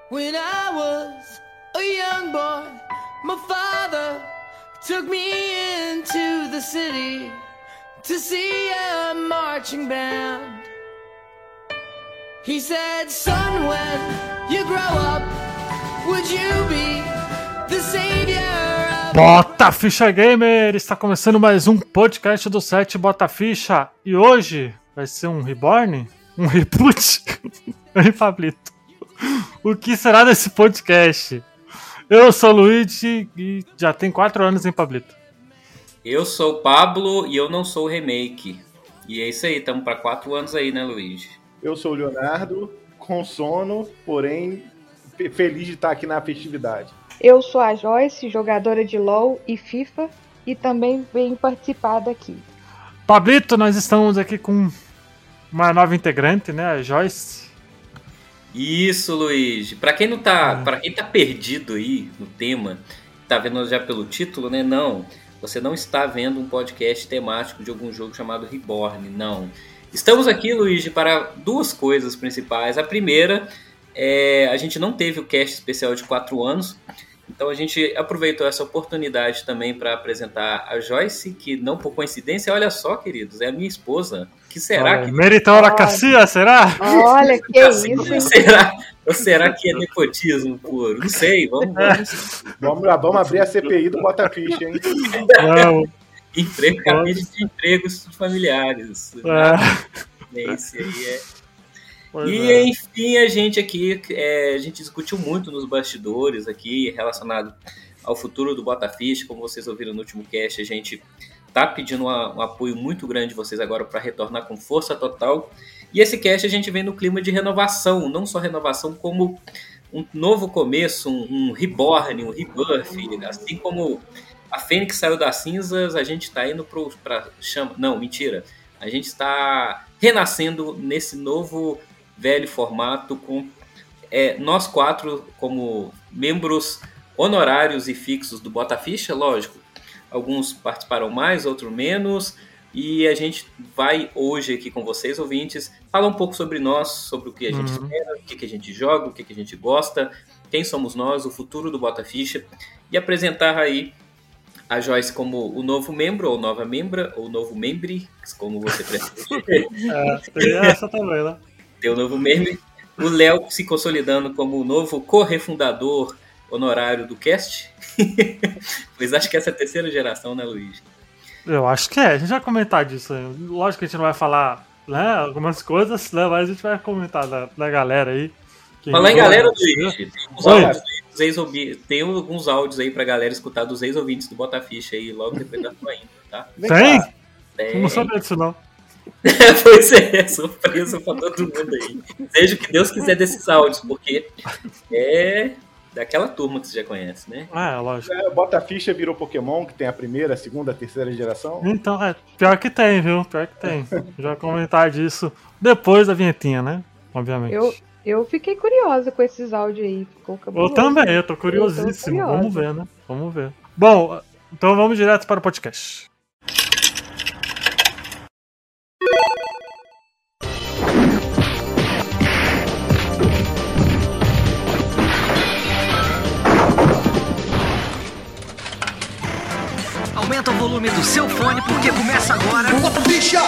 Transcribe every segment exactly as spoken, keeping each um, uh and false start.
When I was a young boy, my father took me into the city to see a marching band. He said, son, when you grow up, would you be the savior of... Bota Ficha Gamer! Está começando mais um podcast do site Bota Ficha. E hoje vai ser um reborn? Um reboot? Oi, Pablito. O que será desse podcast? Eu sou o Luigi e já tem quatro anos, hein, Pablito? Eu sou o Pablo e eu não sou o remake. E é isso aí, estamos para quatro anos aí, né, Luigi? Eu sou o Leonardo, com sono, porém feliz de estar aqui na festividade. Eu sou a Joyce, jogadora de LoL e FIFA, e também venho participar daqui. Pablito, nós estamos aqui com uma nova integrante, né, a Joyce. Isso, Luigi. Para quem não tá, hum. para quem tá perdido aí no tema, tá vendo já pelo título, né? Não, você não está vendo um podcast temático de algum jogo chamado Reborn, não. Estamos aqui, Luigi, para duas coisas principais. A primeira é a gente não teve o cast especial de quatro anos, então a gente aproveitou essa oportunidade também para apresentar a Joyce, que não por coincidência, olha só, queridos, é a minha esposa. Que será olha, que... meritocracia, será? Olha, que assim, isso, hein? Será, ou será que é nepotismo puro? Não sei, vamos... Vamos, vamos lá, vamos abrir a C P I do Bota Ficha, hein? Não. Emprego, cabide de empregos familiares. É. Esse aí é... Pois e é. enfim, a gente aqui, é, a gente discutiu muito nos bastidores aqui, relacionado ao futuro do Bota Ficha. Como vocês ouviram no último cast, a gente tá pedindo uma, um apoio muito grande de vocês agora para retornar com força total. E esse cast a gente vem no clima de renovação, não só renovação, como um novo começo, um, um reborn, um rebirth. Assim como a Fênix saiu das cinzas, a gente tá indo para chama. Não, mentira. A gente está renascendo nesse novo velho formato com é, nós quatro como membros honorários e fixos do Bota Ficha, lógico. Alguns participaram mais, outros menos. E a gente vai hoje aqui com vocês, ouvintes, falar um pouco sobre nós, sobre o que a gente uhum. espera, o que, que a gente joga, o que, que a gente gosta, quem somos nós, o futuro do Bota Ficha. E apresentar aí a Joyce como o novo membro, ou nova membra, ou novo membre, como você prefere. É, essa também, né? Tem o novo membro. O Léo se consolidando como o novo co-refundador honorário do cast. Pois acho que essa é a terceira geração, né, Luiz? Eu acho que é, a gente vai comentar disso aí. Lógico que a gente não vai falar, né, algumas coisas, né, mas a gente vai comentar da, da galera aí. Falar em galera, Luiz, tem uns áudios, ex-ouvintes, tem alguns áudios aí pra galera escutar dos ex-ouvintes do Bota Ficha aí, logo depois da tua indo, tá? Tem? Tem. Eu não sabia disso, não. Pois é, surpresa pra todo mundo aí. Seja o que Deus quiser desses áudios, porque é daquela turma que você já conhece, né? É, lógico. É, Bota Ficha virou Pokémon, que tem a primeira, a segunda, a terceira geração. Então, é, pior que tem, viu? Pior que tem. Já comentar disso depois da vinhetinha, né? Obviamente. Eu, eu fiquei curiosa com esses áudios aí. Ficou cabuloso. Eu também, eu tô curiosíssimo. Eu tô vamos ver, né? Vamos ver. Bom, então vamos direto para o podcast. Aumenta o volume do seu fone porque começa agora. Bota Ficha!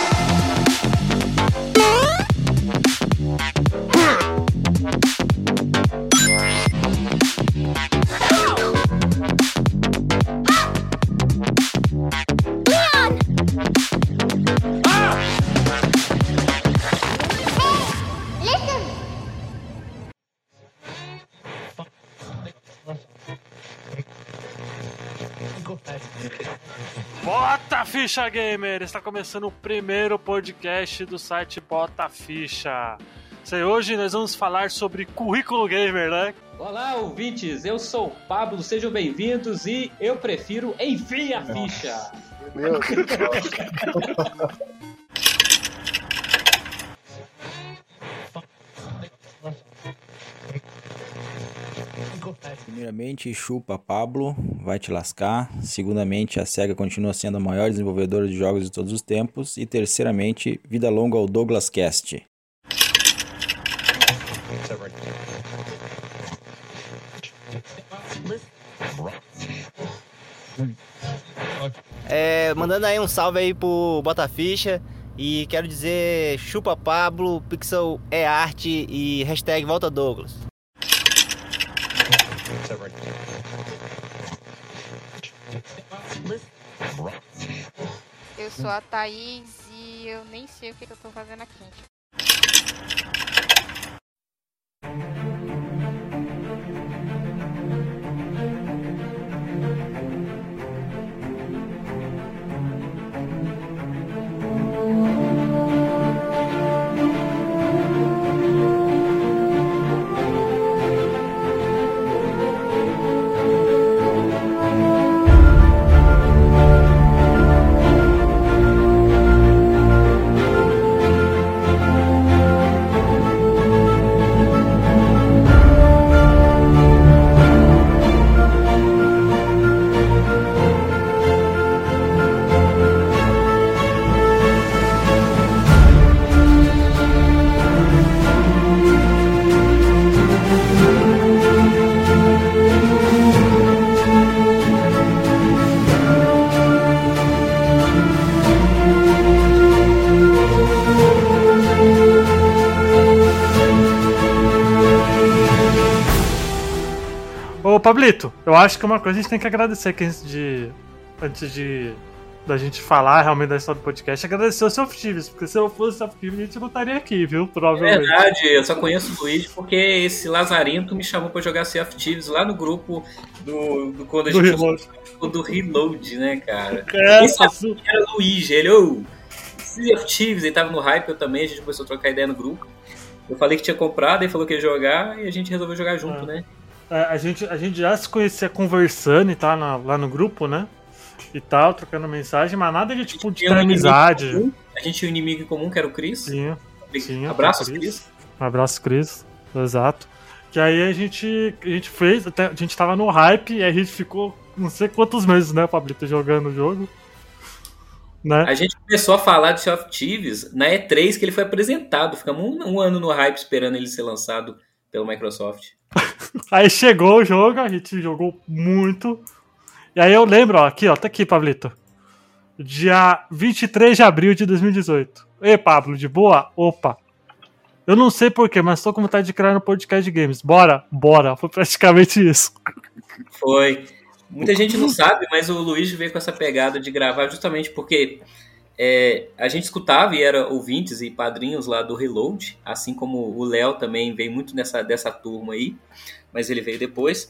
Bota Ficha Gamer! Está começando o primeiro podcast do site Bota Ficha. Sei, hoje nós vamos falar sobre currículo gamer, né? Olá, ouvintes! Eu sou o Pablo, sejam bem-vindos e eu prefiro Enfim a Ficha! Meu Deus! Primeiramente, chupa Pablo, vai te lascar. Segundamente, a SEGA continua sendo a maior desenvolvedora de jogos de todos os tempos. E terceiramente, vida longa ao Douglas Cast. É, mandando aí um salve aí pro Botaficha. E quero dizer, chupa Pablo, Pixel é arte e hashtag volta Douglas. Eu sou a Thaís e eu nem sei o que, que eu tô fazendo aqui, gente. Ô, Pablito, eu acho que uma coisa a gente tem que agradecer aqui antes de. Antes de. Da gente falar realmente da história do podcast, agradecer o Softives, porque se eu fosse o Softives, a gente não estaria aqui, viu? É Provavelmente. verdade, eu só conheço o Luiz porque esse Lazarinto me chamou pra jogar Sea of Thieves lá no grupo do, do quando a Do gente Reload. usou do Reload, né, cara? É, Quem sabia su- que era o Luiz, ele, ô, Sea of Thieves, ele tava no hype, eu também, a gente começou a trocar ideia no grupo. Eu falei que tinha comprado, ele falou que ia jogar e a gente resolveu jogar junto, É. né? É, a, gente, a gente já se conhecia conversando e tal, na- lá no grupo, né? E tal, trocando mensagem, mas nada de tipo de Tinha um ter inimigo amizade. em comum, A gente tinha um inimigo em comum, que era o Chris. Tinha, tinha. Abraços, Cris. Chris. Um abraço, Cris. Exato. Que aí a gente, a gente fez, até, a gente tava no hype e a gente ficou não sei quantos meses, né, Pablito, jogando o jogo. Né? A gente começou a falar de Sea of Thieves na E três que ele foi apresentado. Ficamos um, um ano no hype esperando ele ser lançado pela Microsoft. Aí chegou o jogo, a gente jogou muito. E aí eu lembro, ó, aqui, ó, tá aqui, Pablito. Dia vinte e três de abril de dois mil e dezoito. Ei, Pablo, de boa? Opa. Eu não sei porquê, mas tô com vontade de criar um podcast de games. Bora? Bora. Foi praticamente isso. Foi. Muita gente não sabe, mas o Luiz veio com essa pegada de gravar justamente porque é, a gente escutava e era ouvintes e padrinhos lá do Reload, assim como o Léo também veio muito nessa, dessa turma aí, mas ele veio depois.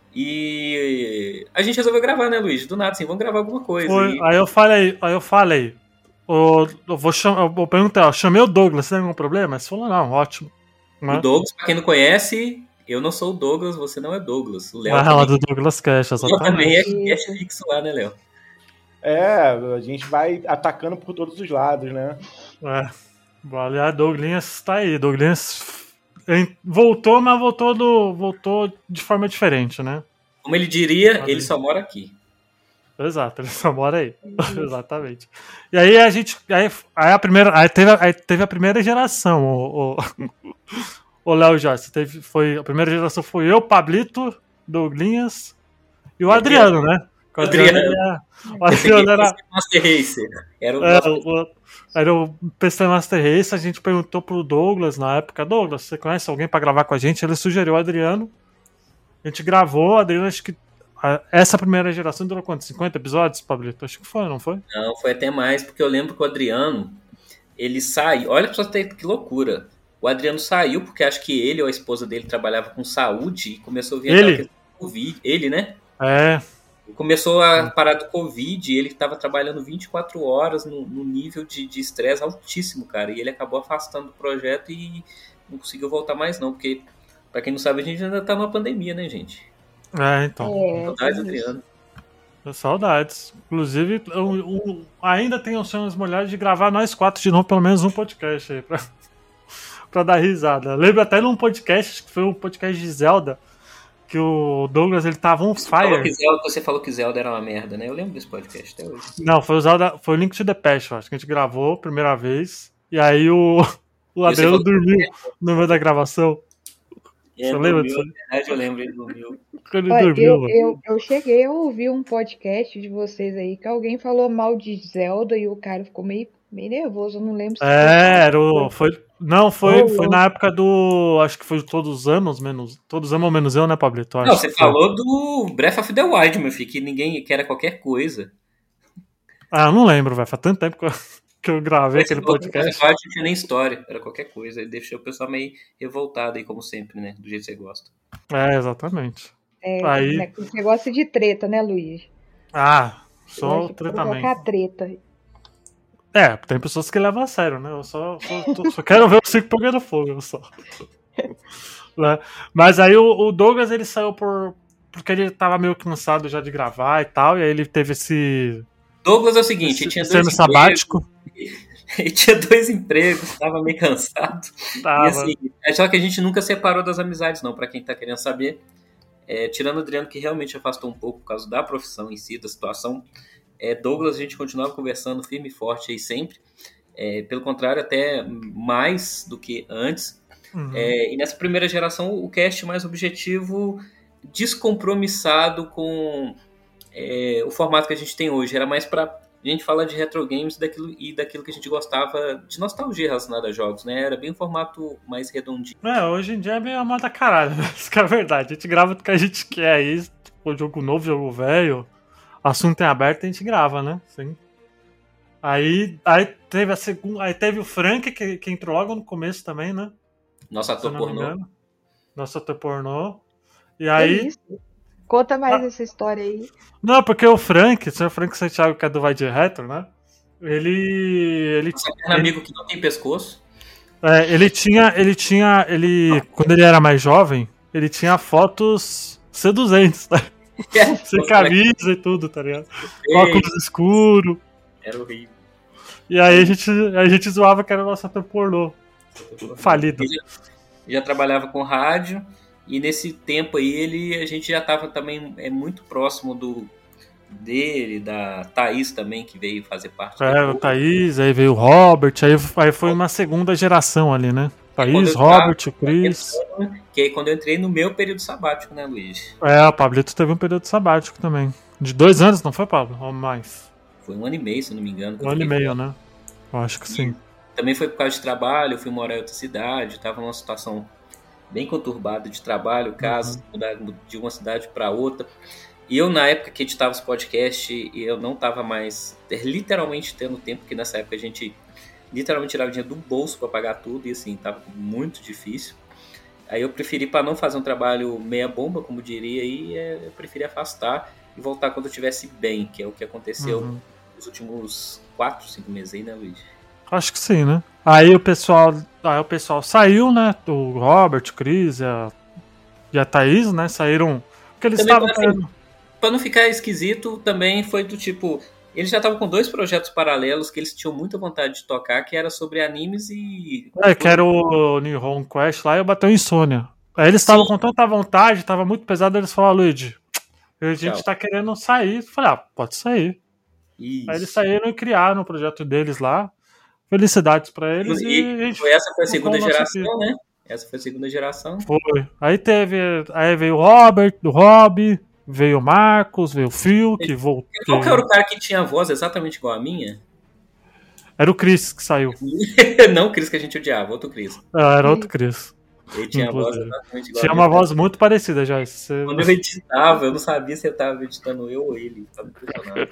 E a gente resolveu gravar, né, Luiz? Do nada, assim, vamos gravar alguma coisa. Foi, E aí eu falei, aí eu falei. ô, eu vou chamar, eu vou perguntar, ó, chamei o Douglas, tem algum problema? Você falou, não, ótimo. Né? o Douglas, pra quem não conhece, eu não sou o Douglas, você não é Douglas. O Léo Vai lá também, do Douglas Cash, o Léo também exatamente. é, é fixo lá, né, Léo? É, a gente vai atacando por todos os lados, né? É. Aliás, Douglas tá aí. Douglas em- voltou, mas voltou, do, voltou de forma diferente, né? Como ele diria, Valeu. ele só mora aqui. Exato, ele só mora aí. Exatamente. E aí a gente. Aí, aí a primeira. Aí teve, aí teve a primeira geração, o, o, o Léo Joyce. Teve, foi, a primeira geração foi eu, Pablito, Douglinhas e o Adriano, né? O Adriano. era- o Esse aqui Adriano é era. o Master Racer. Era o É, nosso o, era o P C Master Race, a gente perguntou pro Douglas na época, Douglas, você conhece alguém pra gravar com a gente? Ele sugeriu o Adriano. A gente gravou, o Adriano, acho que a- essa primeira geração durou quanto? cinquenta episódios, Pablito? Acho que foi, não foi? Não, foi até mais, porque eu lembro que o Adriano, ele saiu, olha pra você ter que loucura. O Adriano saiu porque acho que ele ou a esposa dele trabalhava com saúde e começou a vir aquela Ele? questão do Covid. Ele, né? É, Começou a parar do Covid e ele estava trabalhando vinte e quatro horas no, no nível de de estresse altíssimo, cara. E ele acabou afastando do projeto e não conseguiu voltar mais não, porque, pra quem não sabe, a gente ainda tá numa pandemia, né, gente? é, então. É, Saudades, tem isso. Adriano. Saudades. Inclusive, eu, eu ainda tenho sonhos molhados de gravar nós quatro de novo, pelo menos um podcast aí, pra, pra dar risada. Lembro até num podcast, acho que foi um podcast de Zelda, que o Douglas, ele tava on Você falou, que fire. Zelda, você falou que Zelda era uma merda, né? Eu lembro desse podcast até hoje. Não, foi o Zelda, foi o Link to the Past, eu acho, que a gente gravou a primeira vez, e aí o, o E você Adriano falou- dormiu no meio da gravação. É, Você lembra disso? Na verdade, eu lembro, ele dormiu. Quando ele Olha, dormiu, eu, mano. eu, eu cheguei a ouvir um podcast de vocês aí que alguém falou mal de Zelda e o cara ficou meio, meio nervoso. Eu não lembro se É, era o. Foi, não, foi, Ô, foi louco. na época do. Acho que foi Todos os Anos, menos. Todos os Anos menos eu, né, Pablito? Acho Não, você que foi. falou do Breath of the Wild, meu filho, que ninguém que era qualquer coisa. Ah, eu não lembro, velho. Faz tanto tempo que eu, que eu gravei Esse aquele outro podcast. Breath of the Wild não tinha nem história, era qualquer coisa. Ele deixou o pessoal meio revoltado aí, como sempre, né? Do jeito que você gosta. É, exatamente. É, Aí- né, você gosta de treta, né, Luiz? Ah, Você só gosta de tratamento. provocar treta. É, tem pessoas que levam a sério, né? Eu só, só, tô- só quero ver o circo pegando fogo, eu só. Né? Mas aí o, o Douglas, ele saiu por... Porque ele tava meio cansado já de gravar e tal, e aí ele teve esse... Douglas é o seguinte, esse ele tinha esse ano dois sabático. empregos, ele tinha dois empregos, tava meio cansado. Tava. E assim, é só que a gente nunca separou das amizades, não, pra quem tá querendo saber. É, tirando o Adriano, que realmente afastou um pouco por causa da profissão em si, da situação, é, Douglas, a gente continuava conversando firme e forte aí sempre. É, pelo contrário, até mais do que antes. Uhum. É, e nessa primeira geração, o cast mais objetivo, descompromissado com é, o formato que a gente tem hoje. Era mais pra gente falar de retro games daquilo, e daquilo que a gente gostava de nostalgia relacionada a jogos, né? Era bem um formato mais redondinho. É, hoje em dia é meio a moda caralho, né? Isso que é a verdade. A gente grava o que a gente quer aí, tipo, jogo novo, jogo velho, assunto em aberto, a gente grava, né? Sim. Aí, aí teve a segunda. Aí teve o Frank, que, que entrou logo no começo também, né? Nosso Se eu ator não me pornô. engano. Nosso ator pornô. E Que aí. isso? Conta mais Ah. essa história aí. Não, porque o Frank, o senhor Frank Santiago, que é do Vai de Retro, né? Ele. Ele, Nosso eterno amigo que não tem pescoço. é, ele tinha. Ele tinha. Ele. Quando ele era mais jovem, ele tinha fotos seduzentes, tá? Sem camisa e tudo, tá ligado? Óculos escuro. Era horrível. E aí a gente, a gente zoava que era o nosso ator pornô. Falido. Ele já, já trabalhava com rádio. E nesse tempo aí ele, a gente já estava também é, muito próximo do dele, da Thaís também, que veio fazer parte do É, o grupo. Thaís, aí veio o Robert, aí, aí foi uma segunda geração ali, né? Quando Thaís, eu Robert, tava- o Chris. Que aí quando eu entrei no meu período sabático, né, Luiz? É, o Pablito teve um período sabático também. De dois anos, não foi, Pablo? Ou mais? Foi um ano e meio, se eu não me engano. que Um eu ano e fiquei meio, fora. né? Eu acho que sim. Também foi por causa de trabalho, eu fui morar em outra cidade, estava numa situação bem conturbada de trabalho, casa, mudar de uma cidade para outra. E eu, na época que editava os podcasts, eu não estava mais literalmente tendo tempo, porque nessa época a gente literalmente tirava dinheiro do bolso para pagar tudo, e assim, estava muito difícil. Aí eu preferi, para não fazer um trabalho meia bomba, como diria aí, é, eu preferi afastar e voltar quando eu estivesse bem, que é o que aconteceu Uhum. nos últimos quatro, cinco meses aí, né, Luiz? Acho que sim, né? Aí o pessoal, aí o pessoal saiu, né? O Robert, o Chris e a, e a Thaís, né? Saíram. Porque eles Também estavam. pra, assim, pra não ficar esquisito, também foi do tipo. Eles já estavam com dois projetos paralelos que eles tinham muita vontade de tocar, que era sobre animes e. É, que era o Nihon Quest lá e eu bateu insônia. Aí eles estavam com tanta vontade, tava muito pesado, eles falaram, Luigi, a gente Tchau. tá querendo sair. Eu falei, ah, pode sair. Isso. Aí eles saíram e criaram o projeto deles lá. Felicidades pra eles. E, E, a gente foi essa foi a tocou segunda o nosso geração, aqui. né? Essa foi a segunda geração. Foi. Aí teve. Aí veio o Robert, o Rob, veio o Marcos, veio o Phil, que voltou. Qual que era o cara que tinha a voz exatamente igual a minha? Era o Chris que saiu. Não o Chris que a gente odiava, outro Chris. Ah, era outro Chris. Ele tinha a voz Inclusive. exatamente igual Tinha a uma minha. voz muito parecida já. Você... Quando eu editava, eu não sabia se eu tava editando eu ou ele. Tava impressionado.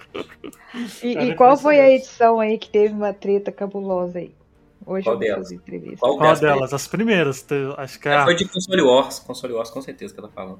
E, Era e qual foi a impressionante. edição aí que teve uma treta cabulosa aí? Hoje Qual eu vou delas? fazer entrevista. Qual Qual das delas? As primeiras. te- Acho que é a... Foi de Console Wars. Console Wars, com certeza que ela tá falando.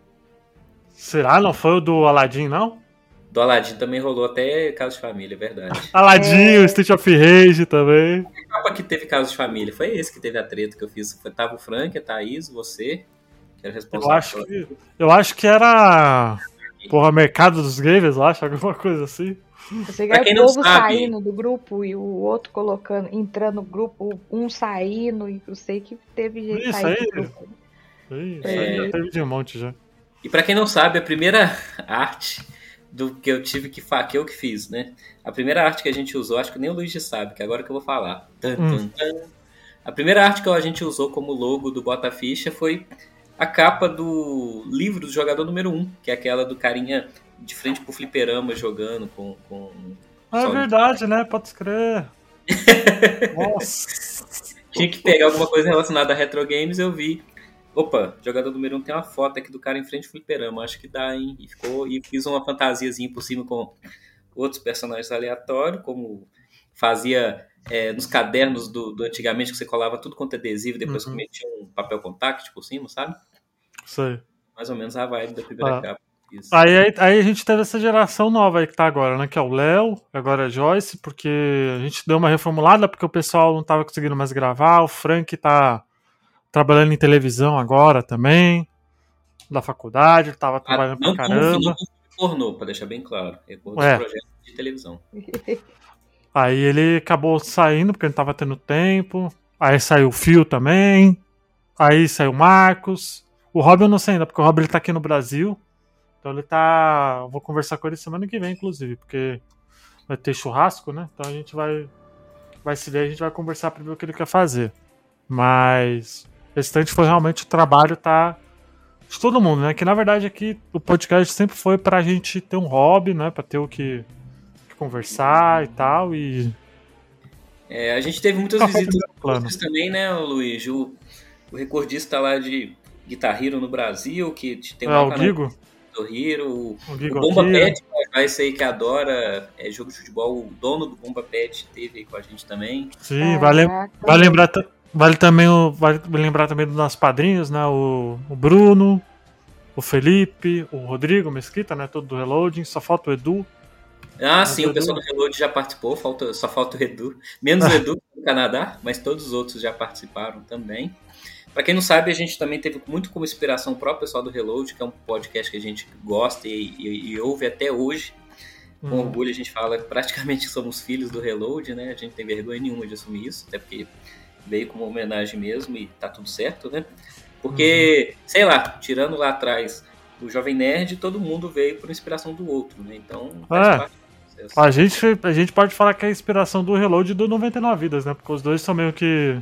Será? Não foi o do Aladdin, não? Do Aladdin também rolou até Caso de Família, é verdade. Aladdin, É. o Street of Rage também. A capa que teve Caso de Família foi esse que teve a treta que eu fiz. Foi, tava o Frank, a Thaís, você, que era Eu responsável. acho pela- que. Eu acho que era. Porra, Mercado dos Games, eu acho, alguma coisa assim. Eu sei que Pra era quem o não povo sabe- saindo do grupo e o outro colocando, entrando no grupo, um saindo, e eu sei que teve gente Isso saindo aí. do grupo. Isso É. aí já teve de um monte já. E pra quem não sabe, a primeira arte do que eu tive que fazer, que eu que fiz, né? A primeira arte que a gente usou, acho que nem o Luigi sabe, que é agora que eu vou falar. Tan, Hum. tan, tan. A primeira arte que a gente usou como logo do Bota Ficha foi a capa do livro do jogador número um, que é aquela do carinha de frente pro fliperama jogando com... com ah, é verdade, né? Pode escrever. Nossa. Tinha que pegar alguma coisa relacionada a retro games, eu vi. Opa, jogador número um tem uma foto aqui do cara em frente ao fliperama, acho que dá, hein? E, ficou, e fiz uma fantasiazinha por cima com outros personagens aleatórios, como fazia é, nos cadernos do, do antigamente, que você colava tudo quanto é adesivo, depois uhum. metia um papel contact por cima, sabe? Sei. Mais ou menos a vibe da primeira ah. capa. Isso. Aí, aí, aí a gente teve essa geração nova aí que tá agora, né? Que é o Léo, agora é a Joyce, porque a gente deu uma reformulada porque o pessoal não tava conseguindo mais gravar. O Frank tá trabalhando em televisão agora também, da faculdade, ele tava trabalhando ah, não, pra caramba. Não, não pornô, pra deixar bem claro. É outro é. projeto de televisão. Aí ele acabou saindo porque ele tava tendo tempo. Aí saiu o Phil também. Aí saiu o Marcos. O Rob eu não sei ainda, porque o Rob ele tá aqui no Brasil. Então ele tá... Eu vou conversar com ele semana que vem, inclusive, porque vai ter churrasco, né? Então a gente vai, vai se ver, a gente vai conversar pra ver o que ele quer fazer. Mas o restante foi realmente o trabalho tá de todo mundo, né? Que na verdade aqui o podcast sempre foi pra gente ter um hobby, né? Pra ter o que, que conversar e tal. E... É, a gente teve muitas visitas também, né, Luiz? O, o recordista lá de Guitar Hero no Brasil, que tem um é, canal... o Gigo? Do Hero, o, o, o Bomba Pet, esse aí que adora é, jogo de futebol, o dono do Bomba Pet esteve aí com a gente também. Sim, vale, vale lembrar, vale também o, vale lembrar também dos nossos padrinhos, né? O, o Bruno, o Felipe, o Rodrigo Mesquita, né? Todo do Reloading, só falta o Edu. Ah, mas sim, o, o pessoal do Reload já participou, falta, só falta o Edu. Menos o Edu do Canadá, mas todos os outros já participaram também. Pra quem não sabe, a gente também teve muito como inspiração o próprio pessoal do Reload, que é um podcast que a gente gosta e, e, e ouve até hoje. Com hum. orgulho a gente fala que praticamente somos filhos do Reload, né? A gente não tem vergonha nenhuma de assumir isso, até porque veio como homenagem mesmo e tá tudo certo, né? Porque, uhum. sei lá, tirando lá atrás o Jovem Nerd, todo mundo veio por inspiração do outro, né? Então, faz é. parte do processo. A gente, a gente pode falar que é a inspiração do Reload e do noventa e nove Vidas, né? Porque os dois são meio que...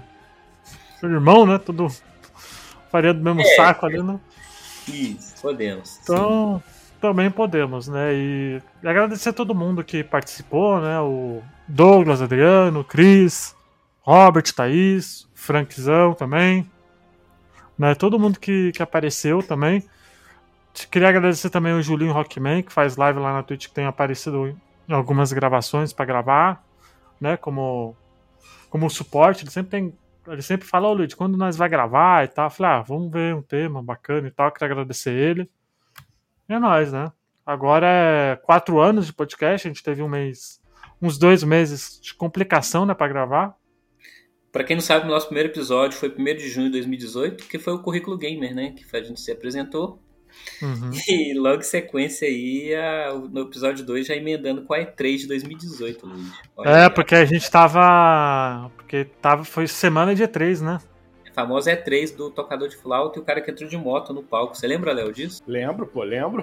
irmão, né? Tudo faria do mesmo é, saco ali, né? Isso, podemos. Então, sim. Também podemos, né? E agradecer a todo mundo que participou, né? O Douglas, Adriano, Cris, Robert, Thaís, Frankzão também, né? Todo mundo que, que apareceu também. Queria agradecer também o Julinho Rockman, que faz live lá na Twitch, que tem aparecido em algumas gravações para gravar, né? Como, como suporte, ele sempre tem. Ele sempre fala, ô Luiz, quando nós vai gravar e tal, eu falei, ah, vamos ver um tema bacana e tal, queria agradecer ele. E é nóis, né? Agora é quatro anos de podcast, a gente teve um mês, uns dois meses de complicação, né, pra gravar. Pra quem não sabe, o nosso primeiro episódio foi primeiro de junho de dois mil e dezoito, que foi o Currículo Gamer, né, que a gente se apresentou. Uhum. E logo em sequência aí, a, no episódio dois, já emendando com a E três de dois mil e dezoito, Luiz. Olha é, aí, porque a gente tava... Porque tava, foi semana de E três, né? A famosa E três do tocador de flauta e o cara que entrou de moto no palco. Você lembra, Léo, disso? Lembro, pô, lembro.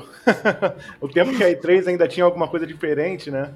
O tempo que a E três ainda tinha alguma coisa diferente, né?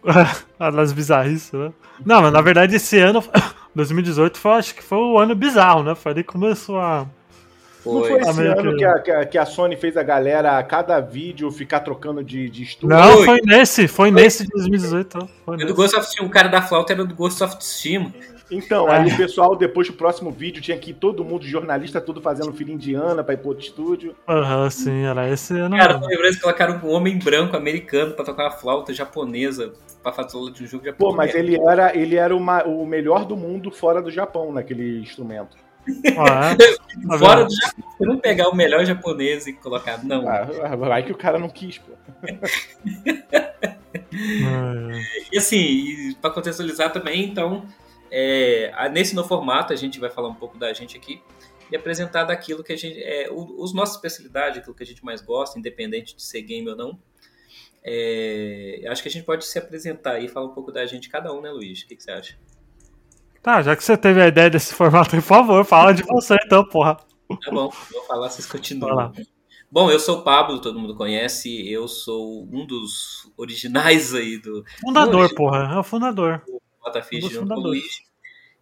Das bizarrices, né? Não, mas na verdade esse ano, dois mil e dezoito, foi, acho que foi um ano bizarro, né? Foi ali que começou a... Não foi esse ano que a, que a Sony fez a galera, a cada vídeo, ficar trocando de, de estúdio? Não, foi nesse, foi, foi nesse de dois mil e dezoito. Foi do Ghost of Tsushima, o cara da flauta era do Ghost of Tsushima. Então, é. Aí o pessoal, depois do próximo vídeo, tinha que ir todo mundo, jornalista, tudo fazendo filha indiana pra ir pro outro estúdio. Aham, uhum, sim, era esse ano. Cara, tô lembrando que colocaram um homem branco americano pra tocar uma flauta japonesa, pra fazer de um jogo japonês. Pô, mas ele era, ele era uma, o melhor do mundo fora do Japão, naquele instrumento. Ah, é? Fora do Japão, você não pegar o melhor japonês e colocar, não. Ah, vai que o cara não quis, pô. E assim, para contextualizar também, então, é, nesse novo formato a gente vai falar um pouco da gente aqui e apresentar daquilo que a gente, é, os nossas especialidades, aquilo que a gente mais gosta, independente de ser game ou não. É, acho que a gente pode se apresentar e falar um pouco da gente, cada um, né, Luiz? O que, que você acha? Tá, já que você teve a ideia desse formato, por favor, fala de você então, porra. Tá bom, vou falar, vocês continuam. Bom, eu sou o Pablo, todo mundo conhece, eu sou um dos originais aí do... Fundador, do porra, é o fundador. Do Botafish junto com o Luiz.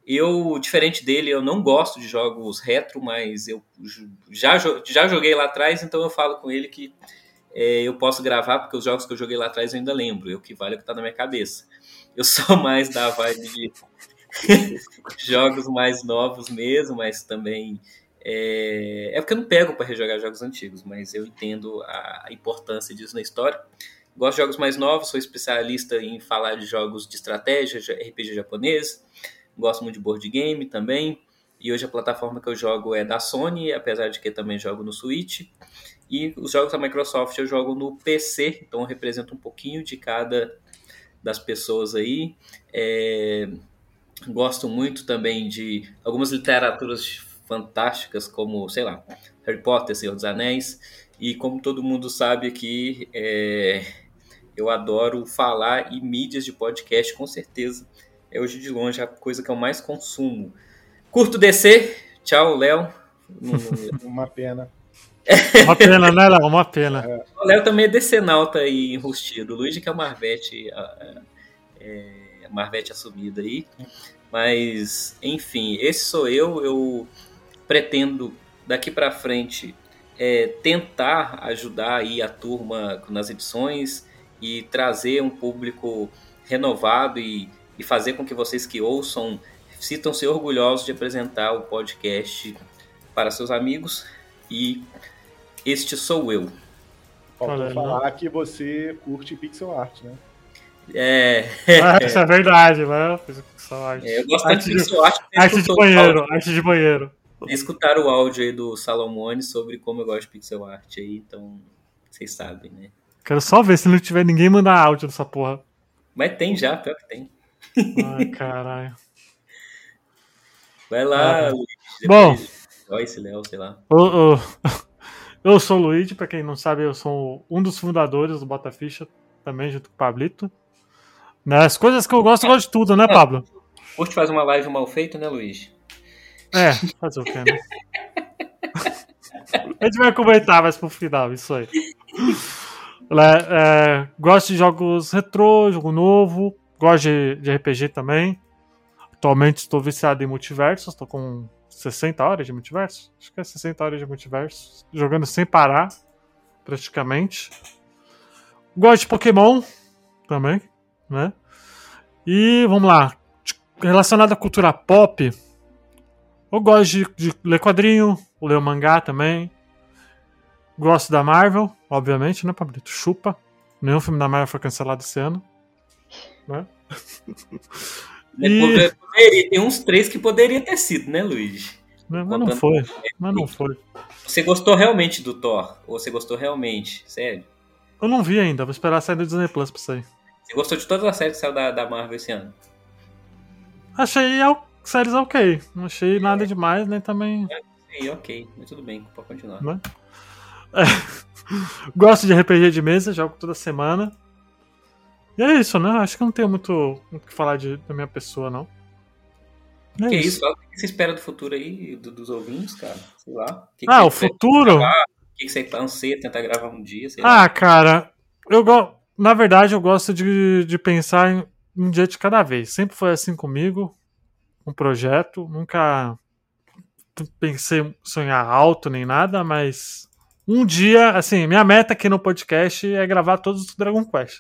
Eu, diferente dele, eu não gosto de jogos retro, mas eu já, já joguei lá atrás, então eu falo com ele que é, eu posso gravar, porque os jogos que eu joguei lá atrás eu ainda lembro. O que vale é o que tá na minha cabeça. Eu sou mais da vibe de jogos mais novos mesmo, mas também... É, é porque eu não pego para rejogar jogos antigos, mas eu entendo a importância disso na história. Gosto de jogos mais novos, sou especialista em falar de jogos de estratégia, R P G japonês. Gosto muito de board game também. E hoje a plataforma que eu jogo é da Sony, apesar de que também jogo no Switch. E os jogos da Microsoft eu jogo no P C, então eu represento um pouquinho de cada das pessoas aí. É, gosto muito também de algumas literaturas fantásticas, como, sei lá, Harry Potter, Senhor dos Anéis. E como todo mundo sabe aqui, é, eu adoro falar e mídias de podcast, com certeza. É hoje de longe a coisa que eu mais consumo. Curto D C. Tchau, Léo. Uma pena. Uma pena, né, Léo? Uma pena. É. O Léo também é decenalta e enrustido. O Luigi que é o Marvete, a, é, a Marvete assumida aí. Mas, enfim, esse sou eu. Eu pretendo, daqui pra frente, é, tentar ajudar aí a turma nas edições e trazer um público renovado e, e fazer com que vocês que ouçam sintam-se orgulhosos de apresentar o podcast para seus amigos. E este sou eu. Faltou Olha, falar não. que você curte pixel art, né? É. Ah, isso é verdade, né? Pixel art. É, eu gosto arte tanto de pixel art. Arte de banheiro, arte de banheiro. Escutar o áudio aí do Salomone sobre como eu gosto de pixel art aí, então vocês sabem, né? Quero só ver se não tiver ninguém mandar áudio nessa porra. Mas tem já, pior que tem. Ai, caralho. Vai lá, Ah, Luiz. bom. Joyce, Léo, sei lá. Eu, eu, eu sou o Luigi, pra quem não sabe, eu sou um dos fundadores do Bota Ficha, também junto com o Pablito. Né, as coisas que eu gosto, eu gosto de tudo, né, Pablo? Curte faz uma live mal feita, né, Luiz? É, fazer o quê, né? A gente vai comentar mais pro final, isso aí. É, é, gosto de jogos retrô, jogo novo. Gosto de, de R P G também. Atualmente estou viciado em multiversos. Estou com sessenta horas de multiverso. Acho que é sessenta horas de multiverso. Jogando sem parar, praticamente. Gosto de Pokémon também, né? E vamos lá. Relacionado à cultura pop, eu gosto de, de ler quadrinho, ler mangá também. Gosto da Marvel, obviamente, né, Pablito? Chupa. Nenhum filme da Marvel foi cancelado esse ano. Né? E... Poderia, tem uns três que poderia ter sido, né, Luiz? Mas não foi. Mas não foi. Você gostou realmente do Thor? Ou você gostou realmente? Sério? Eu não vi ainda, vou esperar sair do Disney Plus pra sair. Você gostou de todas as séries que saiu da, da Marvel esse ano? Achei al- séries ok. Não achei nada demais, nem também. Sim, ok, mas tudo bem, pode continuar. Né? É. Gosto de R P G de mesa, jogo toda semana. E é isso, né? Acho que eu não tenho muito o que falar de, da minha pessoa, não. É que isso. isso? O que você espera do futuro aí, do, dos ouvintes, cara? Sei lá. Que ah, que o futuro? O que, que você anseia tentar gravar um dia? Sei ah, lá. cara, eu go... na verdade eu gosto de, de pensar em um dia de cada vez. Sempre foi assim comigo, um projeto. Nunca pensei em sonhar alto nem nada, mas um dia, assim, minha meta aqui no podcast é gravar todos os Dragon Quest.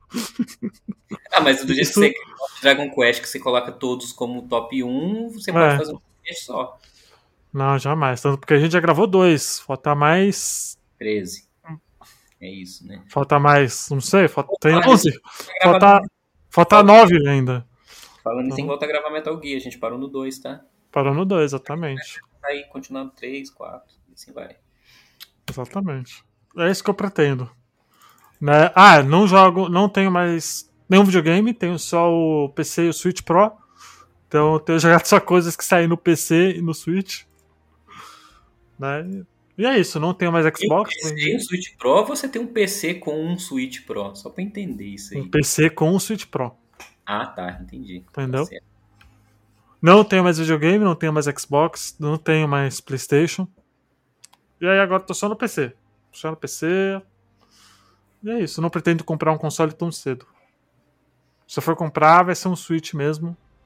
Ah, mas do jeito Isso... que você Dragon Quest, que você coloca todos como top um, você pode É. fazer um podcast só. Não, jamais. Tanto porque a gente já gravou dois. Falta mais. treze. É isso, né? Falta mais. Não sei. Falta... Tem Falando onze. nisso, Falta, falta nove ainda. Falando nisso, tem que Uhum. voltar a gravar Metal Gear. A gente parou no dois, tá? Parou no dois, exatamente. Aí, continuando três, quatro, e assim vai. Exatamente. É isso que eu pretendo. Né? Ah, não jogo. Não tenho mais nenhum videogame. Tenho só o P C e o Switch Pro. Então eu tenho jogado só coisas que saem no P C e no Switch. Né? E é isso. Não tenho mais Xbox. Tem um P C e um Switch Pro, ou você tem um P C com um Switch Pro? Só pra entender isso aí. Um P C com um Switch Pro. Ah, tá. Entendi. Entendeu? Tá certo. Não tenho mais videogame, não tenho mais Xbox, não tenho mais PlayStation. E aí agora tô só no P C. Só no P C. E é isso. Não pretendo comprar um console tão cedo. Se eu for comprar, vai ser um Switch mesmo.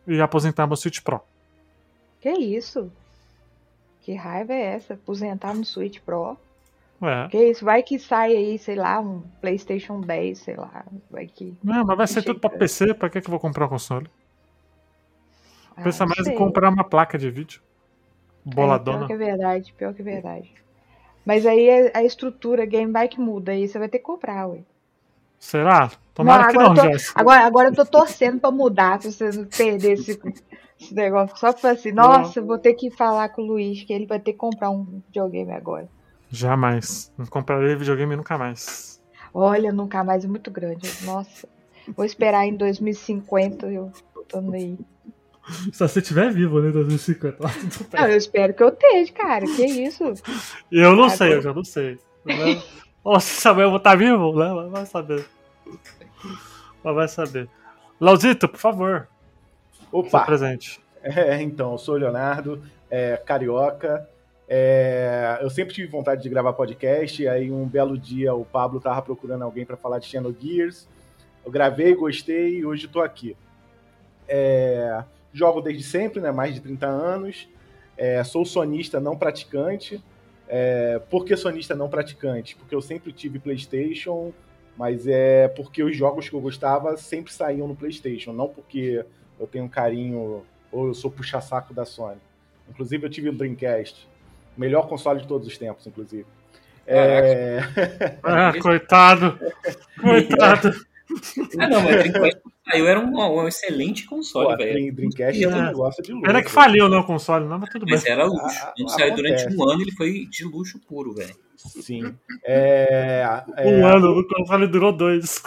e aposentar meu Switch Pro. Que isso? Que raiva é essa? Aposentar no Switch Pro? É. Que isso? Vai que sai aí, sei lá, um PlayStation dez, sei lá. Vai que. Não, mas vai ser tudo pra Chega. P C, pra que, que eu vou comprar um console? Ah, Pensa não mais em sei. comprar uma placa de vídeo. É, pior Boladona. que é verdade, pior que é verdade. Mas aí a, a estrutura Game vai que muda, aí você vai ter que comprar, ué. Será? Tomara Não, que agora não, eu tô, Joyce. agora, agora eu tô torcendo pra mudar, pra você não perder esse, esse negócio. Só pra assim, nossa, eu vou ter que falar com o Luiz que ele vai ter que comprar um videogame agora. Jamais. Não comprarei videogame nunca mais. Olha, nunca mais é muito grande. Nossa, vou esperar em dois mil e cinquenta eu botando aí. Se você estiver vivo, né, dois mil e cinquenta. Não, eu espero que eu esteja, cara. Que isso? Eu não Ah, sei, tô- eu já não sei. Né? Ou se Samuel vou estar vivo, né? Mas vai saber. Mas vai saber. Lauzito, por favor. Seu Opa! presente. É, então, eu sou o Leonardo, é, carioca. É, eu sempre tive vontade de gravar podcast, e aí um belo dia o Pablo tava procurando alguém para falar de Xenogears. Eu gravei, gostei e hoje tô aqui. É, jogo desde sempre, né, mais de trinta anos. É, sou sonista não praticante. É, por que sonista não praticante? Porque eu sempre tive PlayStation, mas é porque os jogos que eu gostava sempre saíam no PlayStation, não porque eu tenho um carinho ou eu sou puxa-saco da Sony. Inclusive eu tive o Dreamcast, o melhor console de todos os tempos, inclusive. É... Ah, coitado. Coitado. Ah, não, mas o Dreamcast que saiu era um, um excelente console, Pô, velho. Dream- Dreamcast é um negócio de louco. Pena que faliu, não, o console, não, mas tudo bem. Mas era luxo. Ah, Quando ah, saiu durante acontece. um ano, ele foi de luxo puro, velho. Sim. É, é, Um ano, o console durou dois.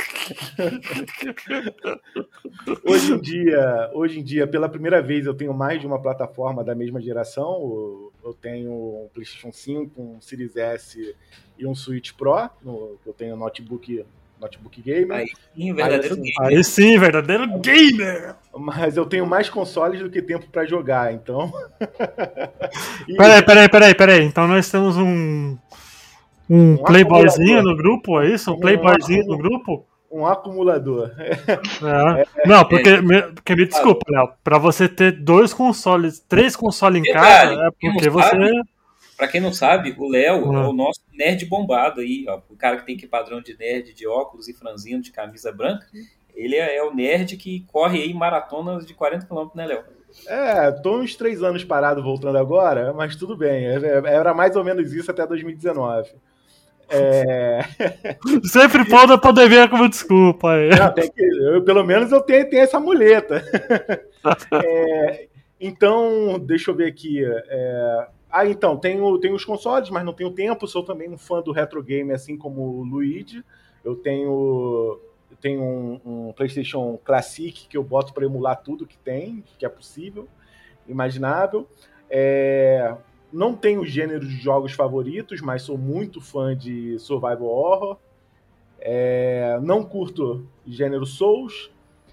Hoje em dia, hoje em dia, pela primeira vez, eu tenho mais de uma plataforma da mesma geração. Eu- Eu tenho um PlayStation cinco, um Series S e um Switch Pro. No, eu tenho notebook, notebook gamer. Aí sim, o verdadeiro Aí, assim, gamer. Aí sim, verdadeiro gamer. Mas eu tenho mais consoles do que tempo pra jogar, então. E Peraí, peraí, peraí, peraí. Então nós temos um. Um, Um playboyzinho acumulador. no grupo, é isso? Um Um playboyzinho acumulador. no grupo? um acumulador. É. Não, porque me, porque me desculpa, Léo. Pra você ter dois consoles, três consoles em Detalhe, casa, é quem não porque você. sabe, Pra quem não sabe, o Léo Ah. é o nosso nerd bombado aí, ó. O cara que tem que padrão de nerd de óculos e franzino de camisa branca. Ele é, é o nerd que corre aí maratonas de quarenta quilômetros, né, Léo? É, tô uns três anos parado voltando agora, mas tudo bem. Era mais ou menos isso até dois mil e dezenove. É... Sempre pode poder ver como desculpa aí. Não, tem que, eu, pelo menos eu tenho, tenho essa muleta. É, então, deixa eu ver aqui. É, ah, então, tenho, tenho os consoles, mas não tenho tempo. Sou também um fã do retro game, assim como o Luigi. Eu tenho, eu tenho um, um PlayStation Classic que eu boto para emular tudo que tem, que é possível, imaginável. É, não tenho gênero de jogos favoritos, mas sou muito fã de survival horror. É, não curto gênero Souls.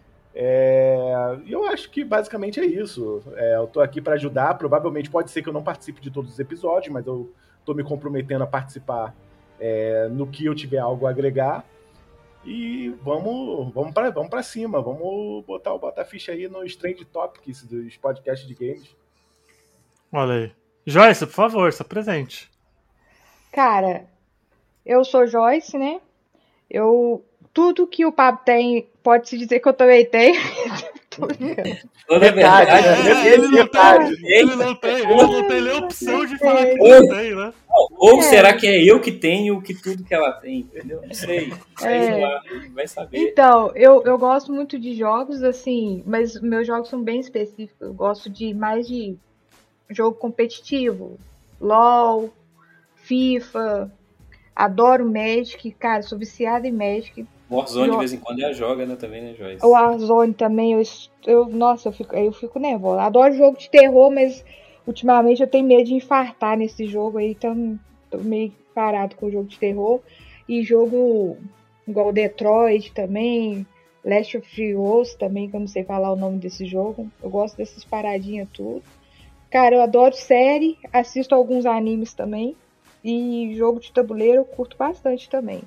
É, e eu acho que basicamente é isso. É, eu tô aqui para ajudar. Provavelmente pode ser que eu não participe de todos os episódios, mas eu tô me comprometendo a participar é, no que eu tiver algo a agregar. E vamos, vamos para vamos pra cima. Vamos botar o Botaficha aí nos Trend Topics dos podcasts de games. Olha aí. Joyce, por favor, se apresente. Cara, eu sou Joyce, né? Eu. Tudo que o Pablo tem, pode-se dizer que eu também tenho. Tô brincando. Toda Verdade, verdade. né? É, ele, não Verdade. tem, ele não tem, ele não tem nem opção de falar que É. não tem, né? Ou É. será que é eu que tenho que tudo que ela tem, entendeu? Não sei. Aí É. lá, vai saber. Então, eu, eu gosto muito de jogos, assim, mas meus jogos são bem específicos. Eu gosto de mais de jogo competitivo. LOL, FIFA. Adoro Magic. Cara, sou viciada em Magic. Warzone de Jo- vez em quando ela joga, né, também, né, Joyce? O Warzone também, eu, es- eu nossa, eu fico, eu fico nervosa. Adoro jogo de terror, mas ultimamente eu tenho medo de infartar nesse jogo aí, então tô meio parado com o jogo de terror. E jogo igual Detroit também, Last of Us também, que eu não sei falar o nome desse jogo. Eu gosto dessas paradinhas tudo. Cara, eu adoro série, assisto alguns animes também. E jogo de tabuleiro eu curto bastante também.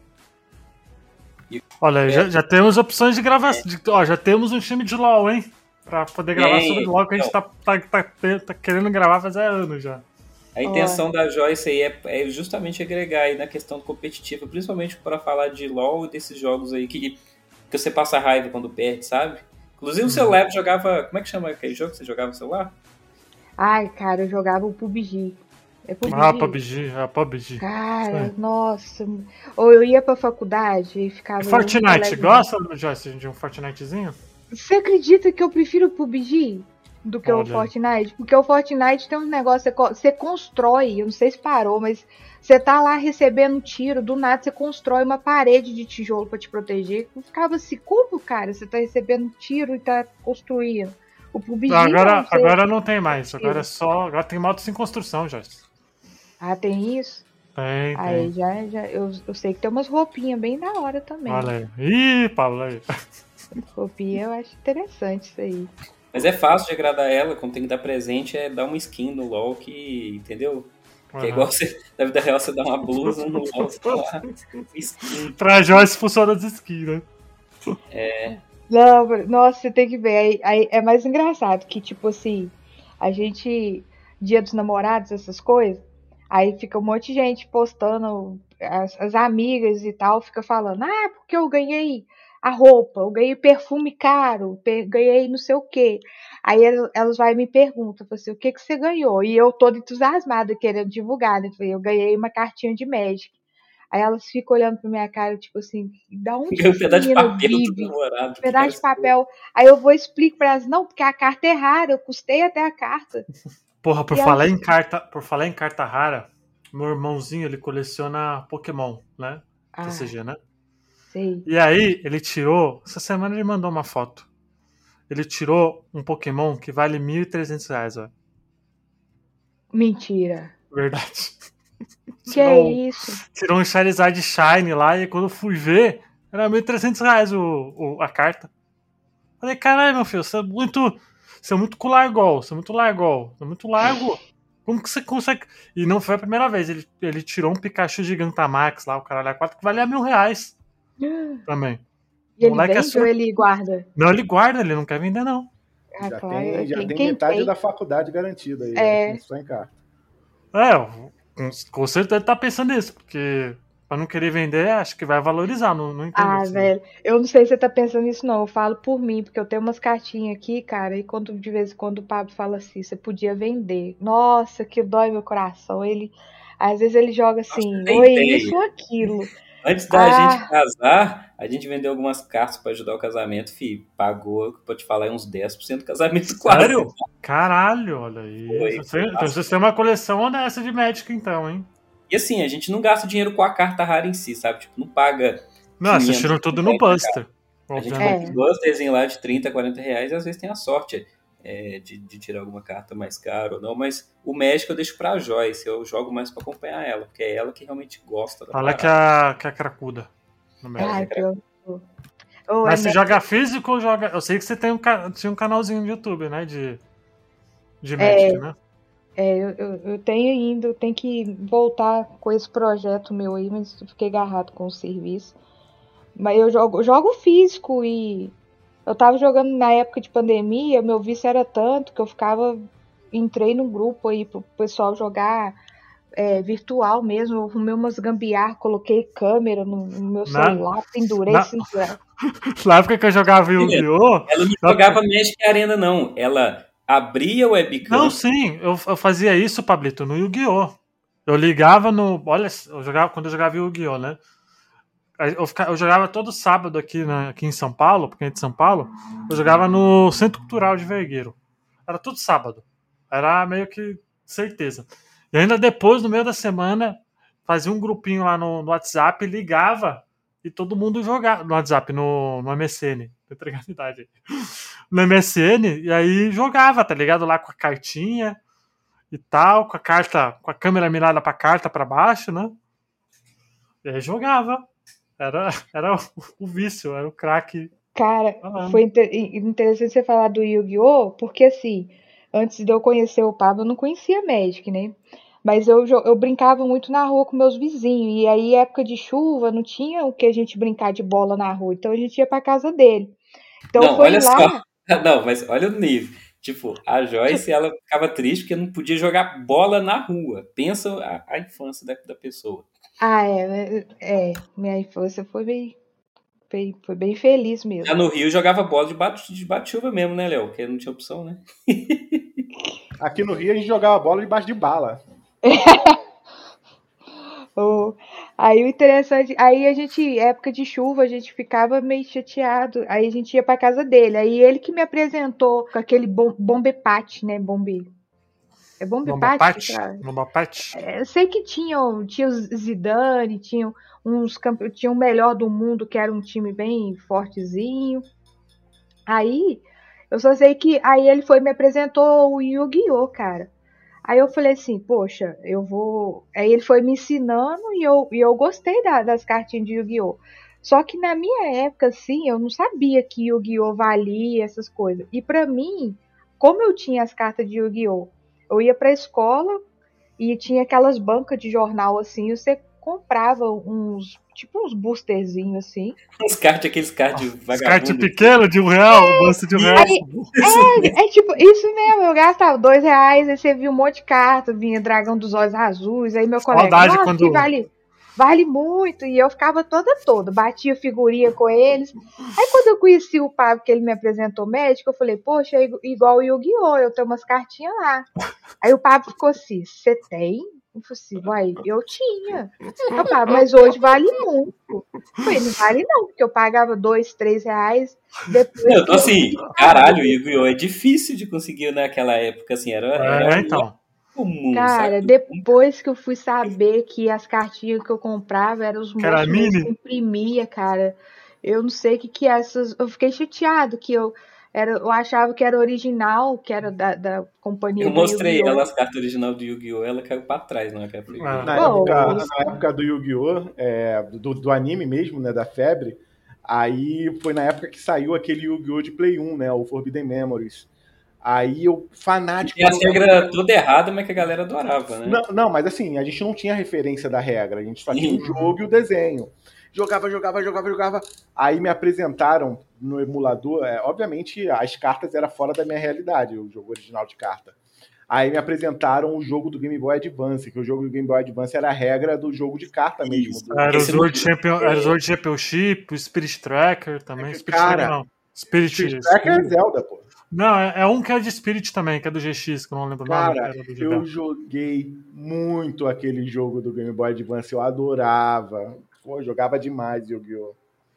Olha, aí, já, já temos opções de gravação. de- Ó, já temos um time de LOL, hein? pra poder gravar Tem, sobre LOL, que a gente então. tá, tá, tá, tá querendo gravar faz anos já. A intenção da Joyce aí é, é justamente agregar aí na questão competitiva, principalmente para falar de LoL e desses jogos aí que, que você passa raiva quando perde, sabe? Inclusive o seu Lab jogava... Como é que chama aquele jogo que você jogava no celular? Ai, cara, eu jogava o P U B G. É P U B G? Ah, P U B G, ah, P U B G. Cara, Sim. nossa. Ou eu ia pra faculdade e ficava... Fortnite, gosta, Joyce, de um Fortnitezinho? Você acredita que eu prefiro o P U B G do que Olha o Fortnite? Porque o Fortnite tem um negócio, você constrói, eu não sei se parou, mas você tá lá recebendo tiro, do nada você constrói uma parede de tijolo pra te proteger. Eu ficava assim, como, cara? Você tá recebendo tiro e tá construindo. O P U B G Agora não, você... agora não tem mais, agora é só... Agora tem modo sem construção, Joyce. Ah, tem isso? Tem, Aí tem. já, já eu, eu sei que tem umas roupinhas bem da hora também. Olha aí. Ih, Pablo, aí. Roupinha eu acho interessante isso aí. Mas é fácil de agradar ela, quando tem que dar presente é dar uma skin no LoL que, entendeu? Que é igual você, na vida real, você dá uma blusa no LoL, você dá uma skin. Pra Joyce funciona as skins, né? É. Não, nossa, você tem que ver. Aí, aí é mais engraçado que, tipo assim, a gente, Dia dos Namorados, essas coisas, aí fica um monte de gente postando, as, as amigas e tal, fica falando, ah, porque eu ganhei a roupa, eu ganhei perfume caro, ganhei não sei o quê. Aí elas, elas vai e me perguntam, assim, o que que você ganhou? E eu toda entusiasmada, querendo divulgar, né? Eu ganhei uma cartinha de Magic. Aí elas ficam olhando pra minha cara, tipo assim, da onde Ganhei um pedaço de papel vive? do namorado. Um pedaço de papel. Aí eu vou explicar pra elas, não, porque a carta é rara, eu custei até a carta. Porra, por E falar elas... em carta, por falar em carta rara, meu irmãozinho, ele coleciona Pokémon, né? Ah, T C G, né? Sei. E aí, ele tirou, essa semana ele mandou uma foto. Ele tirou um Pokémon que vale mil e trezentos reais, ó. Mentira. Verdade. Que tirou, é isso? Tirou um Charizard Shine lá e quando eu fui ver, era mil e trezentos reais o, o, a carta. Falei, caralho, meu filho, você é muito. Você é muito largol, você é muito largol, você é muito largo. Como que você consegue. E não foi a primeira vez, ele, ele tirou um Pikachu Gigantamax lá, o caralho, a quatro que valia mil reais. Também. E ele Moleque é vende sur... ou ele guarda? Não, ele guarda, ele não quer vender, não. Ah, já claro. tem, já quem, tem quem metade tem? da faculdade garantida aí, É. né? Só em carta. É, com, com certeza tá pensando nisso, porque pra não querer vender, acho que vai valorizar, não, não entendo. Ah, assim. velho, eu não sei se você tá pensando nisso, não. Eu falo por mim, porque eu tenho umas cartinhas aqui, cara, e quando de vez em quando o Pablo fala assim, você podia vender. Nossa, que dói meu coração. Ele, às vezes ele joga assim, Nossa, oi, ideia. isso ou aquilo. Antes da Ah. gente casar, a gente vendeu algumas cartas pra ajudar o casamento, fi. Pagou, pode falar, uns dez por cento do casamento quase. Sério? Caralho, olha aí. Foi, Você, foi então você tem uma coleção honesta de Magic, então, hein? E assim, a gente não gasta dinheiro com a carta rara em si, sabe? Tipo, não paga. Não, vocês tiram tudo no Buster. A gente obviamente. compra um Busterzinho lá de trinta, quarenta reais e às vezes tem a sorte é, de, de tirar alguma carta mais cara ou não. Mas o Magic eu deixo pra Joyce, eu jogo mais pra acompanhar ela, porque é ela que realmente gosta da Fala que parada. a, que a cracuda. No Magic. Ai, que eu... Oh, Mas é você me- joga físico ou joga. Eu sei que você tem um, ca- tinha um canalzinho no YouTube, né? De, de É. Magic, né? É, eu, eu, eu tenho ainda, eu tenho que voltar com esse projeto meu aí, mas eu fiquei agarrado com o serviço. Mas eu jogo, eu jogo físico e eu tava jogando na época de pandemia, meu vício era tanto que eu ficava, entrei num grupo aí pro pessoal jogar é, virtual mesmo, eu arrumei umas gambiarra, coloquei câmera no, no meu Na- celular, pendurei na- celular. Na época que eu jogava Yu-Gi-Oh! Ela não jogava Magic Arena, não. Ela abria o webcam. Não, sim, eu, eu fazia isso, Pablito, no Yu-Gi-Oh! Eu ligava no. Olha, eu jogava quando eu jogava Yu-Gi-Oh! Né? Aí Eu, fica- eu jogava todo sábado aqui, na- aqui em São Paulo, porque é de São Paulo, eu jogava no Centro Cultural de Vergueiro. Era todo sábado. Era meio que certeza. E ainda depois, no meio da semana, fazia um grupinho lá no, no WhatsApp, ligava e todo mundo jogava. No WhatsApp, no, no M S N. Tô entregando a idade aí. No M S N, e aí jogava, tá ligado? Lá com a cartinha e tal, com a carta, com a câmera mirada pra carta pra baixo, né? E aí jogava. Era, era o, o vício, era o craque. Cara, Ah, foi inter- interessante você falar do Yu-Gi-Oh! Porque assim, antes de eu conhecer o Pablo, eu não conhecia Magic, né? Mas eu, jo- eu brincava muito na rua com meus vizinhos. E aí, época de chuva, não tinha o que a gente brincar de bola na rua. Então a gente ia pra casa dele. Então Não, foi olha lá. só. Não, mas olha o nível. Tipo, a Joyce, ela ficava triste porque não podia jogar bola na rua. Pensa a, a infância da, da pessoa. Ah, é, é, minha infância foi bem, bem- foi bem feliz Já mesmo. no Rio jogava bola de bate- de bate-chuva mesmo, né, Léo? Porque não tinha opção, né? Aqui no Rio a gente jogava bola debaixo de bala. Oh, aí o interessante, aí a gente, época de chuva, a gente ficava meio chateado. Aí a gente ia pra casa dele. Aí ele que me apresentou com aquele bom, Bombepat, né? Bombe. É Bomba Bombepat que Pat? fala? Bomba Pat? É, eu sei que tinha, o- tinha o Zidane, tinha uns campe... tinha o melhor do mundo, que era um time bem fortezinho. Aí, eu só sei que aí ele foi e me apresentou o Yu-Gi-Oh, cara. Aí eu falei assim, poxa, eu vou. Aí ele foi me ensinando e eu, e eu gostei da- das cartinhas de Yu-Gi-Oh! Só que na minha época, assim, eu não sabia que Yu-Gi-Oh! Valia essas coisas. E pra mim, como eu tinha as cartas de Yu-Gi-Oh! Eu ia pra escola e tinha aquelas bancas de jornal assim, e você comprava uns, tipo uns boosterzinhos assim. Os cards, aqueles cards Os cards vagabundos. pequenos de um real, o bolso de um real. Aí, é, é tipo, isso mesmo, eu gastava dois reais, aí você via um monte de carta, vinha Dragão dos Olhos Azuis, aí meu colega, Saudade nossa, quando. que vale, vale muito, e eu ficava toda toda, batia figurinha com eles. Aí quando eu conheci o Pablo, que ele me apresentou médico, eu falei, poxa, é igu- igual o Yu-Gi-Oh!, eu tenho umas cartinhas lá. Aí o Pablo ficou assim, você tem? Eu falei assim, uai, eu tinha. Aí o Pablo, mas hoje vale muito. Eu falei, não vale não, porque eu pagava dois, três reais, depois Eu que tô eu assim, caralho, o Yu-Gi-Oh! É difícil de conseguir naquela época, assim, era, era É, o então. comum, Cara, sabe? depois que eu fui saber que as cartinhas que eu comprava eram os Que era moços mesmo que mini? imprimia, cara. Eu não sei o que que é essas. Eu fiquei chateado que eu era, eu achava que era original, que era da, da companhia Eu do mostrei ela Yu-Gi-Oh! as cartas original do Yu-Gi-Oh! Ela caiu pra trás na hora que ela foi ver. Ah, Na Oh, época, isso. na época do Yu-Gi-Oh! É, do, do anime mesmo, né? Da febre. Aí foi na época que saiu aquele Yu-Gi-Oh! De Play um, né? O Forbidden Memories. Aí eu, fanático Tem as por jogar. regras toda errada, mas que a galera adorava, né? Não, não, mas assim, a gente não tinha referência da regra, a gente só tinha o Sim. jogo e o desenho. Jogava, jogava, jogava, jogava. Aí me apresentaram no emulador. É, obviamente, as cartas eram fora da minha realidade, o jogo original de carta. Aí me apresentaram o jogo do Game Boy Advance, que o jogo do Game Boy Advance era a regra do jogo de carta mesmo. Isso. Do... Era o Esse Sword não- Champion, era o é, Sword Championship, o Spirit Tracker também. Spirit Cara, Tracker não. Spirit. Street Tracker é Zelda, pô. Não, é, é um que é de Spirit também, que é do G X, que eu não lembro o nome. Que Cara, era do eu G B A. joguei muito aquele jogo do Game Boy Advance, eu adorava. Pô, eu jogava demais Yu-Gi-Oh!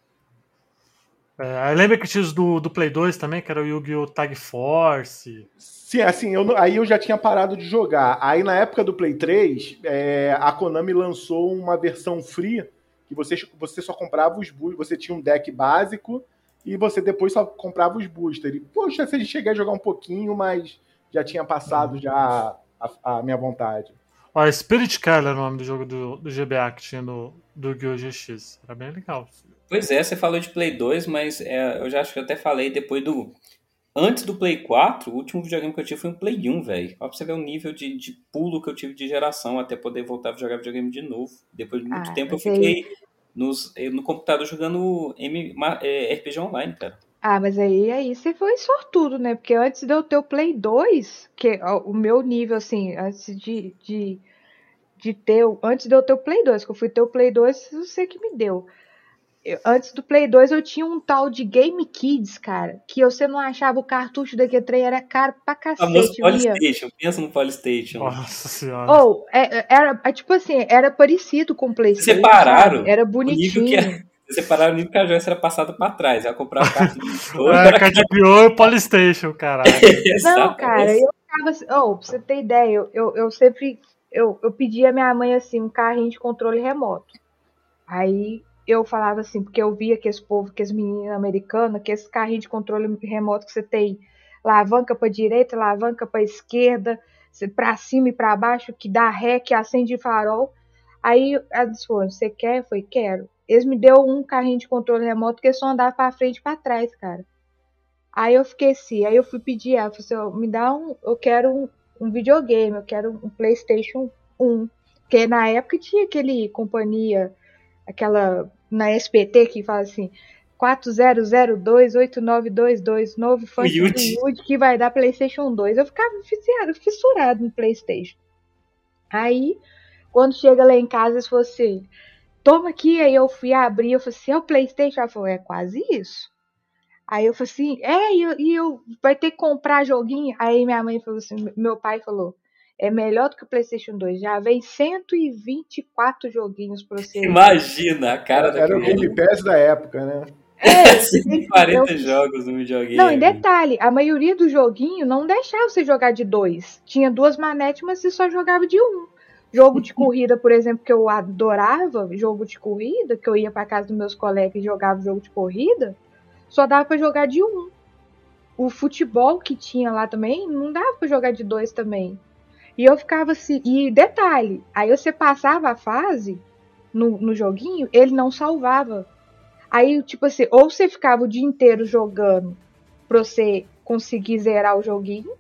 É, eu lembro que tinha os do, do Play dois também, que era o Yu-Gi-Oh! Tag Force. Sim, assim, eu, não- aí eu já tinha parado de jogar. Aí na época do Play três, é, a Konami lançou uma versão free que você, você só comprava os boosters, você tinha um deck básico e você depois só comprava os boosters. E, poxa, se a gente chegar a jogar um pouquinho, mas já tinha passado já a, a minha vontade. Ó, Spirit Care era o nome do jogo do, do G B A que tinha no, do Yu-Gi-Oh! G X. Era bem legal. Pois é, você falou de Play dois, mas é, eu já acho que eu até falei depois do. Antes do Play quatro, o último videogame que eu tive foi um Play um, velho. Ó, pra você ver o nível de, de pulo que eu tive de geração até poder voltar a jogar videogame de novo. Depois de muito Ah, tempo eu mas aí, fiquei nos, eh, no computador jogando M, ma- eh, R P G online, cara. ah, mas aí, aí você foi sortudo, né? Porque antes de eu ter o Play dois, que ó, o meu nível, assim, antes de, de, de ter, o- antes de eu ter o Play dois, que eu fui ter o Play dois, você que me deu. Eu- antes do Play dois eu tinha um tal de Game Kids, cara, que você não achava o cartucho da Q três, era caro pra O famoso cacete, eu ia. Polystation, pensa no Polystation. Nossa senhora. Ou, é- é- era, é tipo assim, era parecido com o Vocês PlayStation, separaram sabe? Era o nível que bonitinho. Vocês separaram o nível que a Joyce era passada pra trás. Ela comprava a carta de É, que é de Yu-Gi-Oh! E Polystation, caralho. Não, cara, Exatamente. eu ficava assim, oh, pra você ter ideia, eu, eu, eu sempre, eu, eu pedia à minha mãe, assim, um carrinho de controle remoto. Aí eu falava assim, porque eu via que esse povo, que as meninas americanas, que esse carrinho de controle remoto que você tem alavanca pra direita, alavanca pra esquerda, você- pra cima e pra baixo, que dá ré, que acende farol. Aí ela disse, "Pô, você quer? Eu falei, quero. Eles me deu um carrinho de controle remoto que só andava pra frente e pra trás, cara. Aí eu fiquei assim, aí eu fui pedir ela, falei assim, ó, me dá um, eu quero um, um videogame, eu quero um PlayStation um. Porque na época tinha aquele companhia, aquela na S B T que fala assim, quatro zero zero dois oito nove dois dois, novo fã do Yuji. Yuji que vai dar PlayStation dois. Eu ficava fissurado, fissurado no PlayStation. Aí, quando chega lá em casa, eles falaram assim, toma aqui. Aí eu fui abrir, eu falei assim, é o PlayStation? Ela falou, é quase isso. Aí eu falei assim, é, e eu, e eu vai ter que comprar joguinho? Aí minha mãe falou assim, meu pai falou, é melhor do que o PlayStation dois, já vem cento e vinte e quatro joguinhos pra você. Imagina a cara Era daquele o Game Pass da época, né? É, cento e quarenta eu- jogos no videogame. Não, e detalhe, a maioria do joguinho não deixava você jogar de dois. Tinha duas manetes, mas você só jogava de um. Jogo de corrida, por exemplo, que eu adorava, jogo de corrida, que eu ia pra casa dos meus colegas e jogava jogo de corrida, só dava pra jogar de um. O futebol que tinha lá também, não dava pra jogar de dois também. E eu ficava assim, e detalhe, aí você passava a fase no, no joguinho, ele não salvava. Aí, tipo assim, ou você ficava o dia inteiro jogando pra você conseguir zerar o joguinho,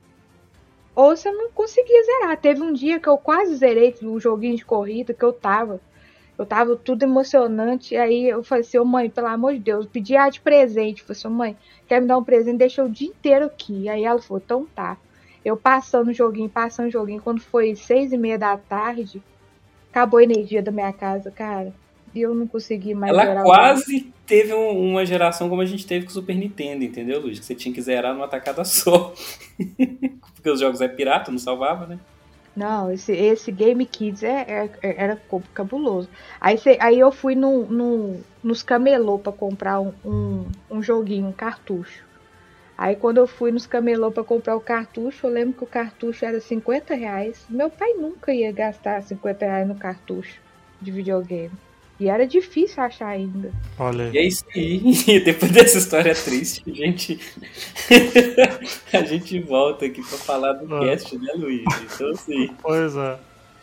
ou você não conseguia zerar. Teve um dia que eu quase zerei o joguinho de corrida, que eu tava. Eu tava tudo emocionante. Aí eu falei assim, ô mãe, pelo amor de Deus, eu pedi ela de presente. Eu falei assim, ô mãe, quer me dar um presente? Deixa eu o dia inteiro aqui. Aí ela falou, então tá. Eu passando o joguinho, passando o joguinho. Quando foi seis e meia da tarde, acabou a energia da minha casa, cara. E eu não consegui mais Ela zerar o jogo. quase teve um- uma geração como a gente teve com o Super Nintendo, entendeu, Luiz? Que você tinha que zerar numa tacada só. Porque os jogos é pirata, não salvava, né? Não, esse, esse Game Kids é, é- é- era co- cabuloso. Aí, cê- aí eu fui no, no- nos camelô pra comprar um, um, um joguinho, um cartucho. Aí quando eu fui nos camelô pra comprar o cartucho, eu lembro que o cartucho era cinquenta reais. Meu pai nunca ia gastar cinquenta reais no cartucho de videogame. E era difícil achar ainda. Olha E aí. é isso aí. Depois dessa história triste, a gente, a gente volta aqui pra falar do Ah. cast, né, Luiz? Então, assim. Pois é.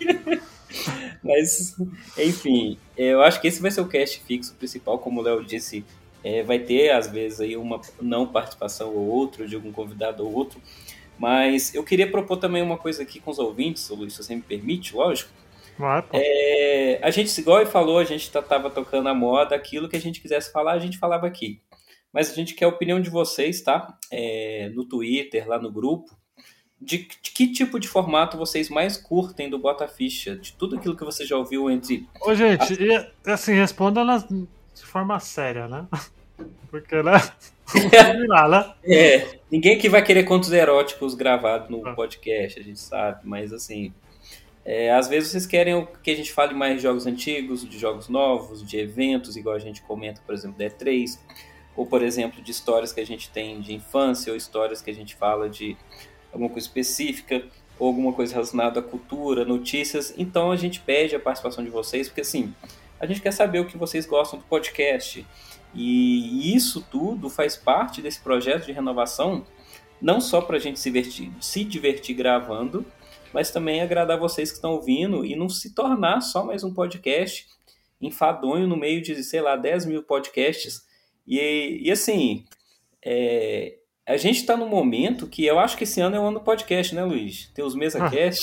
Mas, enfim, eu acho que esse vai ser o cast fixo principal, como o Léo disse. É, vai ter, às vezes, aí uma não participação ou outra, de algum convidado ou outro. Mas eu queria propor também uma coisa aqui com os ouvintes, Luiz, se você me permite, lógico. Vai, pô. É, a gente, igual ele falou, a gente tava tocando a moda, aquilo que a gente quisesse falar, a gente falava aqui. Mas a gente quer a opinião de vocês, tá? É, no Twitter, lá no grupo. De, de que tipo de formato vocês mais curtem do Bota Ficha? De tudo aquilo que você já ouviu entre... Ô, gente, e, assim, responda nas- de forma séria, né? Porque, né? Vamos virar, né? É, ninguém aqui vai querer contos eróticos gravados no podcast, a gente sabe, mas assim... É, às vezes vocês querem que a gente fale mais de jogos antigos, de jogos novos, de eventos, igual a gente comenta, por exemplo, da E três, ou, por exemplo, de histórias que a gente tem de infância, ou histórias que a gente fala de alguma coisa específica, ou alguma coisa relacionada à cultura, notícias. Então a gente pede a participação de vocês, porque assim, a gente quer saber o que vocês gostam do podcast. E isso tudo faz parte desse projeto de renovação, não só para a gente se divertir, se divertir gravando, mas também agradar vocês que estão ouvindo e não se tornar só mais um podcast enfadonho no meio de, sei lá, dez mil podcasts. E, e assim, é, a gente está num momento que eu acho que esse ano é o ano do podcast, né, Luiz? Tem os MesaCast.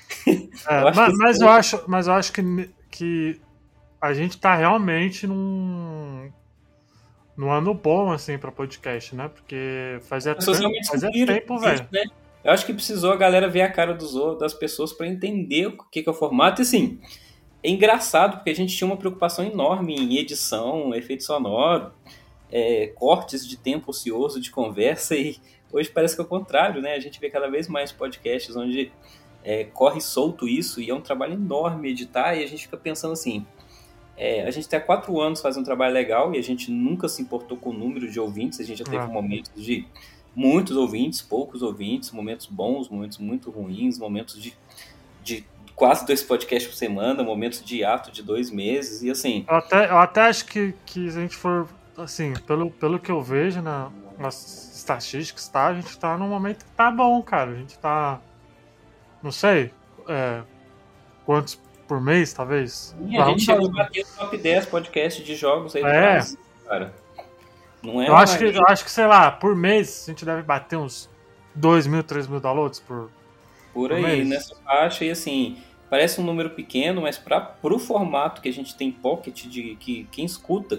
É, Eu acho mas, que mas esse eu ano- acho, mas eu acho que, que a gente tá realmente num, num ano bom, assim, pra podcast, né? Porque fazia, As pessoas tempo, realmente fazia sentiram tempo, isso, velho. né? Eu acho que precisou a galera ver a cara dos, outros- das pessoas para entender o que, que é o formato. E assim, é engraçado porque a gente tinha uma preocupação enorme em edição, efeito sonoro, é, cortes de tempo ocioso de conversa, e hoje parece que é o contrário, né? A gente vê cada vez mais podcasts onde é, corre solto isso, e é um trabalho enorme editar, e a gente fica pensando assim, é, a gente tem há quatro anos fazendo um trabalho legal, e a gente nunca se importou com o número de ouvintes, a gente já teve Ah. momentos de muitos ouvintes, poucos ouvintes, momentos bons, momentos muito ruins, momentos de, de quase dois podcasts por semana, momentos de hiato de dois meses, e assim... Eu até, eu até acho que, que se a gente for, assim, pelo, pelo que eu vejo na, nas estatísticas, tá? A gente tá num momento que tá bom, cara. A gente tá, não sei, é, quantos por mês, talvez? E a gente chegou a Vamos- bater o top dez podcasts de jogos aí do É. Brasil, cara. Não é eu, uma acho que, eu acho que, sei lá, por mês a gente deve bater uns dois mil, três mil downloads por, por por aí, mês. nessa faixa, e assim, parece um número pequeno, mas para pro formato que a gente tem Pocket, de que quem escuta,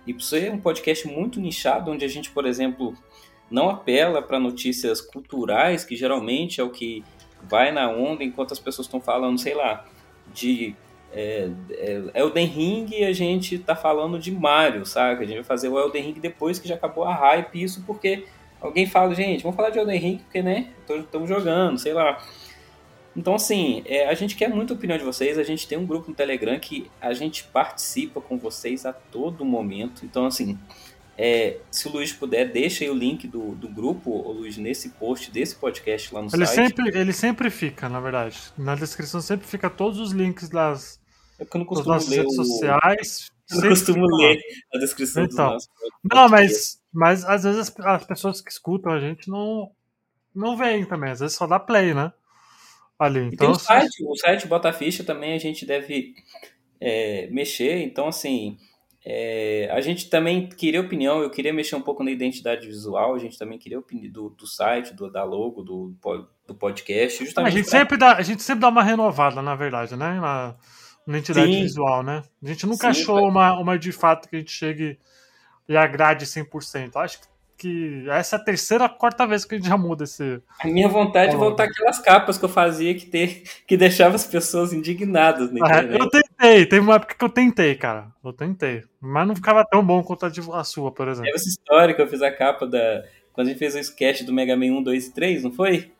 E por ser um podcast muito nichado, onde a gente, por exemplo, não apela para notícias culturais, que geralmente é o que vai na onda enquanto as pessoas estão falando, sei lá, de é, é, Elden Ring, e a gente tá falando de Mario, sabe? A gente vai fazer o Elden Ring depois que já acabou a hype, isso porque alguém fala, gente, vamos falar de Elden Ring porque, né, estamos jogando, sei lá. Então, assim, é, a gente quer muito a opinião de vocês, a gente tem um grupo no Telegram que a gente participa com vocês a todo momento. Então, assim, é, se o Luiz puder, deixa aí o link do, do grupo, o Luiz, nesse post desse podcast lá no ele site. Sempre, ele sempre fica, na verdade. Na descrição sempre fica todos os links das, é eu não das nossas redes o... sociais. Eu não costumo ler a descrição então, dos nossos Não, mas, mas às vezes as, as pessoas que escutam a gente não, não veem também. Às vezes só dá play, né? Ali. E então, tem o site, o site Bota Ficha também a gente deve é, mexer. Então, assim, é, a gente também queria opinião. Eu queria mexer um pouco na identidade visual. A gente também queria opinião do, do site, do, da logo, do, do podcast. Justamente a, gente pra... sempre dá, a gente sempre dá uma renovada, na verdade, né? Na, na identidade Sim. visual, né? A gente nunca Sim, achou foi. uma, uma de fato que a gente chegue e agrade cem por cento. Acho que que essa é a terceira, quarta vez que a gente já muda esse... A minha vontade é voltar aquelas capas que eu fazia que, ter, que deixava as pessoas indignadas na internet. É, eu tentei, teve uma época que eu tentei, cara. Eu tentei. Mas não ficava tão bom quanto a, de, a sua, por exemplo. Teve essa história que eu fiz a capa da... Quando a gente fez o sketch do Mega Man um, dois e três, não foi?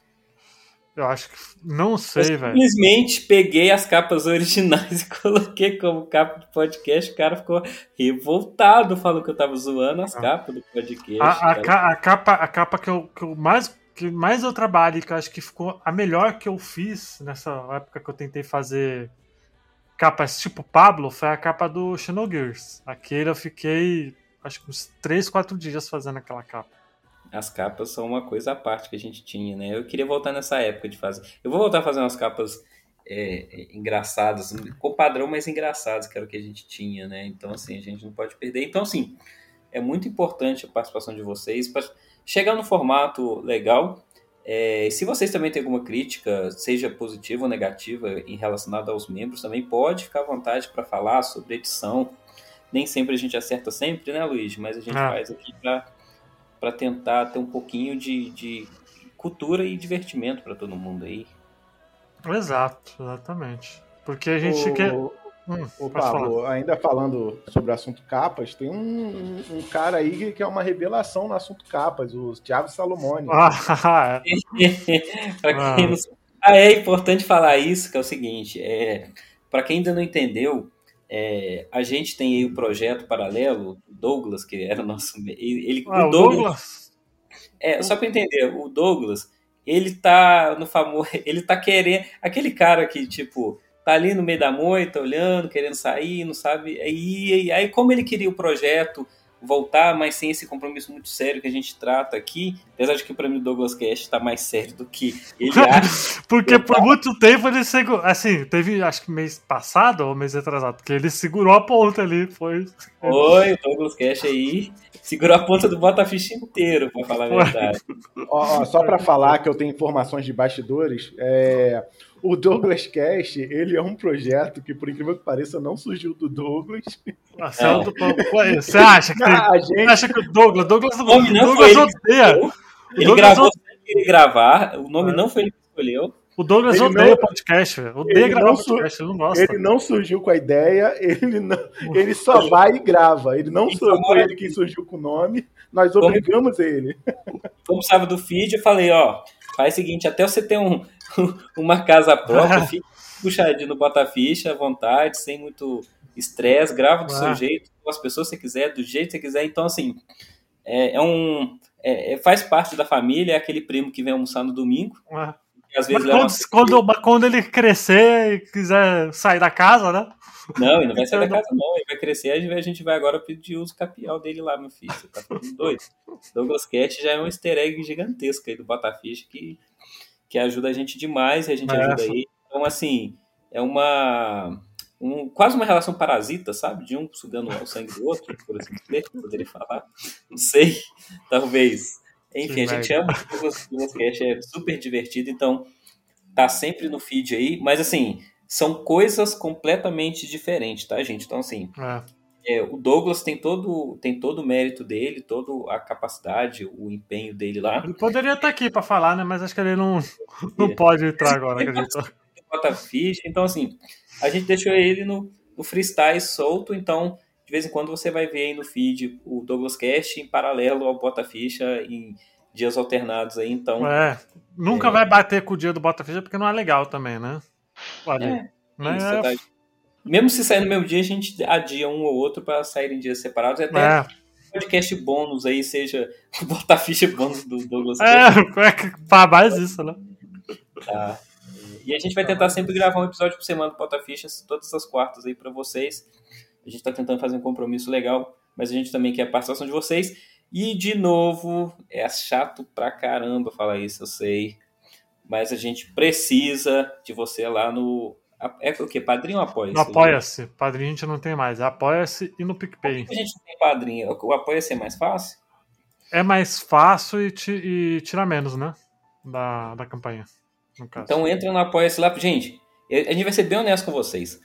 Eu acho que... Não sei, velho. Simplesmente peguei as capas originais e coloquei como capa do podcast. O cara ficou revoltado, falou que eu tava zoando as ah. capas do podcast. A, a, ca, a capa, a capa que, eu, que, eu mais, que mais eu trabalho, que eu acho que ficou a melhor que eu fiz nessa época que eu tentei fazer capas tipo Pablo, foi a capa do Xenogears. Aquele eu fiquei, acho que uns três, quatro dias fazendo aquela capa. As capas são uma coisa à parte que a gente tinha, né? Eu queria voltar nessa época de fazer. Eu vou voltar a fazer umas capas é, engraçadas, com padrão, mas engraçadas, que era o que a gente tinha, né? Então, assim, a gente não pode perder. Então, assim, é muito importante a participação de vocês para chegar no formato legal. É, se vocês também têm alguma crítica, seja positiva ou negativa, em relacionada aos membros, também pode ficar à vontade para falar sobre edição. Nem sempre a gente acerta sempre, né, Luiz? Mas a gente ah. faz aqui para... para tentar ter um pouquinho de, de cultura e divertimento para todo mundo aí. Exato, exatamente. Porque a gente o, quer... Hum, o Pablo, falar. Ainda falando sobre o assunto capas, tem um, um cara aí que é uma revelação no assunto capas, o Thiago Salomone. Ah, é. pra quem não... ah, é importante falar isso, que é o seguinte, é, para quem ainda não entendeu, É, a gente tem aí o projeto paralelo, o Douglas, que era o nosso... Ele, ah, o Douglas, Douglas? É, só para entender, o Douglas, ele tá no famoso... Ele tá querendo... Aquele cara que, tipo, tá ali no meio da moita, olhando, querendo sair, não sabe... Aí, aí como ele queria o projeto voltar, mas sem esse compromisso muito sério que a gente trata aqui, apesar de que para mim o Douglas Cast tá mais sério do que ele acha. Porque por tava... muito tempo ele segurou, assim, teve acho que mês passado ou mês atrasado, porque ele segurou a ponta ali, foi... Foi, o Douglas Cast aí segurou a ponta do Botaficha inteiro, pra falar a verdade. Ó, ó, só para falar que eu tenho informações de bastidores, é... o Douglas Cast, ele é um projeto que, por incrível que pareça, não surgiu do Douglas. Você, é. do... Você acha que tem... a gente... Você acha que o Douglas... Douglas, o nome não Douglas foi odeia. Ele, ele Douglas gravou odeia. sem ele gravar, o nome é. não foi ele que escolheu. O Douglas ele odeia não... o podcast, velho. Odeia gravar su... podcast, ele não gosta. Ele não surgiu com a ideia, ele, não... ele só vai e grava. Ele não então, foi ele quem surgiu com o nome, nós obrigamos Como... ele. Como sabe do feed, eu falei, ó, faz o seguinte, até você ter um, uma casa própria, fica puxadinho no Botaficha à vontade, sem muito estresse, grava do ah. seu jeito, com as pessoas que você quiser, do jeito que você quiser. Então, assim, é, é um... É, faz parte da família, é aquele primo que vem almoçar no domingo. Ah. Às vezes mas quando, quando, quando ele crescer e quiser sair da casa, né? Não, ele não vai sair da casa, não. Ele vai crescer, a gente vai agora pedir uso capial dele lá, meu filho. Você tá falando doido. Douglas Cat já é um easter egg gigantesco aí do Botaficha que, que ajuda a gente demais e a gente é ajuda aí. Então, assim, é uma... Um, quase uma relação parasita, sabe? De um sugando o sangue do outro, por assim dizer, poderia falar. Não sei, talvez... Enfim, Sim, a gente ama o Douglas Cast, é super divertido, então tá sempre no feed aí, mas assim, são coisas completamente diferentes, tá, gente? Então, assim, é. É, o Douglas tem todo, tem todo o mérito dele, toda a capacidade, o empenho dele lá. Ele poderia estar aqui pra falar, né? Mas acho que ele não, não pode entrar agora, acredito. Bota ficha, então assim, a gente deixou ele no, no freestyle solto, então de vez em quando você vai ver aí no feed o Douglas Cast em paralelo ao Bota Ficha em dias alternados aí, então... É, nunca é... vai bater com o dia do Bota Ficha porque não é legal também, né? Olha, é, né? Isso, é... tá... Mesmo se sair no mesmo dia, a gente adia um ou outro para sair em dias separados, até é. podcast bônus aí, seja o Bota Ficha bônus do Douglas É, é para mais isso, né? Tá. E a gente vai tentar sempre gravar um episódio por semana do Bota Fichas, todas as quartas aí para vocês. A gente tá tentando fazer um compromisso legal, mas a gente também quer a participação de vocês. E, de novo, é chato pra caramba falar isso, eu sei. Mas a gente precisa de você lá no... É o quê? Padrinho ou Apoia-se? No Apoia-se. Padrinho a gente não tem mais. É Apoia-se e no PicPay. Por que a gente não tem padrinho? O Apoia-se é mais fácil? É mais fácil e, ti, e tira menos, né? Da, da campanha, no caso. Então entra no Apoia-se lá. Gente, a gente vai ser bem honesto com vocês.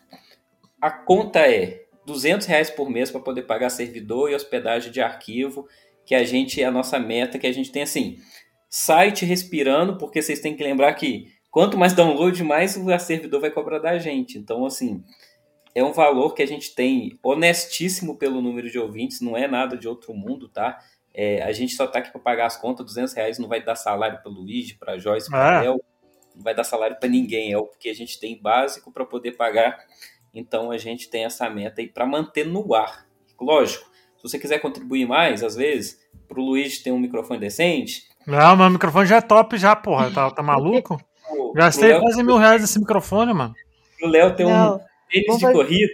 A conta é duzentos reais por mês para poder pagar servidor e hospedagem de arquivo, que a gente, é a nossa meta, que a gente tem assim, site respirando, porque vocês têm que lembrar que quanto mais download, mais o servidor vai cobrar da gente. Então, assim, é um valor que a gente tem honestíssimo pelo número de ouvintes, não é nada de outro mundo, tá? É, a gente só tá aqui para pagar as contas, duzentos reais não vai dar salário para o Luigi, para Joyce, para Léo, não vai dar salário para ninguém, é o que a gente tem básico para poder pagar. Então, a gente tem essa meta aí para manter no ar. Lógico, se você quiser contribuir mais, às vezes, pro Luigi ter um microfone decente... Não, meu microfone já é top já, porra. Tá, tá maluco? Gastei Léo, quase mil reais nesse microfone, mano. O Léo tem um tênis de fazer... corrida.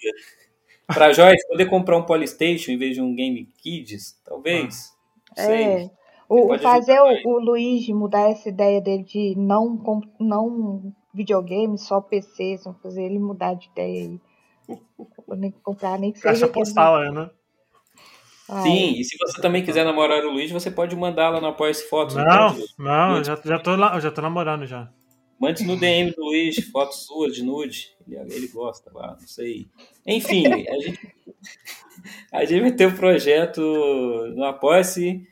Pra Joyce poder comprar um Polystation em vez de um Game Kids, talvez. Ah. É. O, fazer o, o Luigi mudar essa ideia dele de não, não videogame, só P C, só fazer ele mudar de ideia aí. Nem comprar, nem que seja. Caixa postal, é, né? Ai. Sim, e se você também quiser namorar o Luigi, você pode mandar lá no Apoia-se Fotos. Não, não, eu já, já, tô lá, já tô namorando já. Mande no D M do Luigi, fotos suas de nude. Ele, ele gosta lá, não sei. Enfim, a gente, a gente vai ter um projeto no Apoia-se.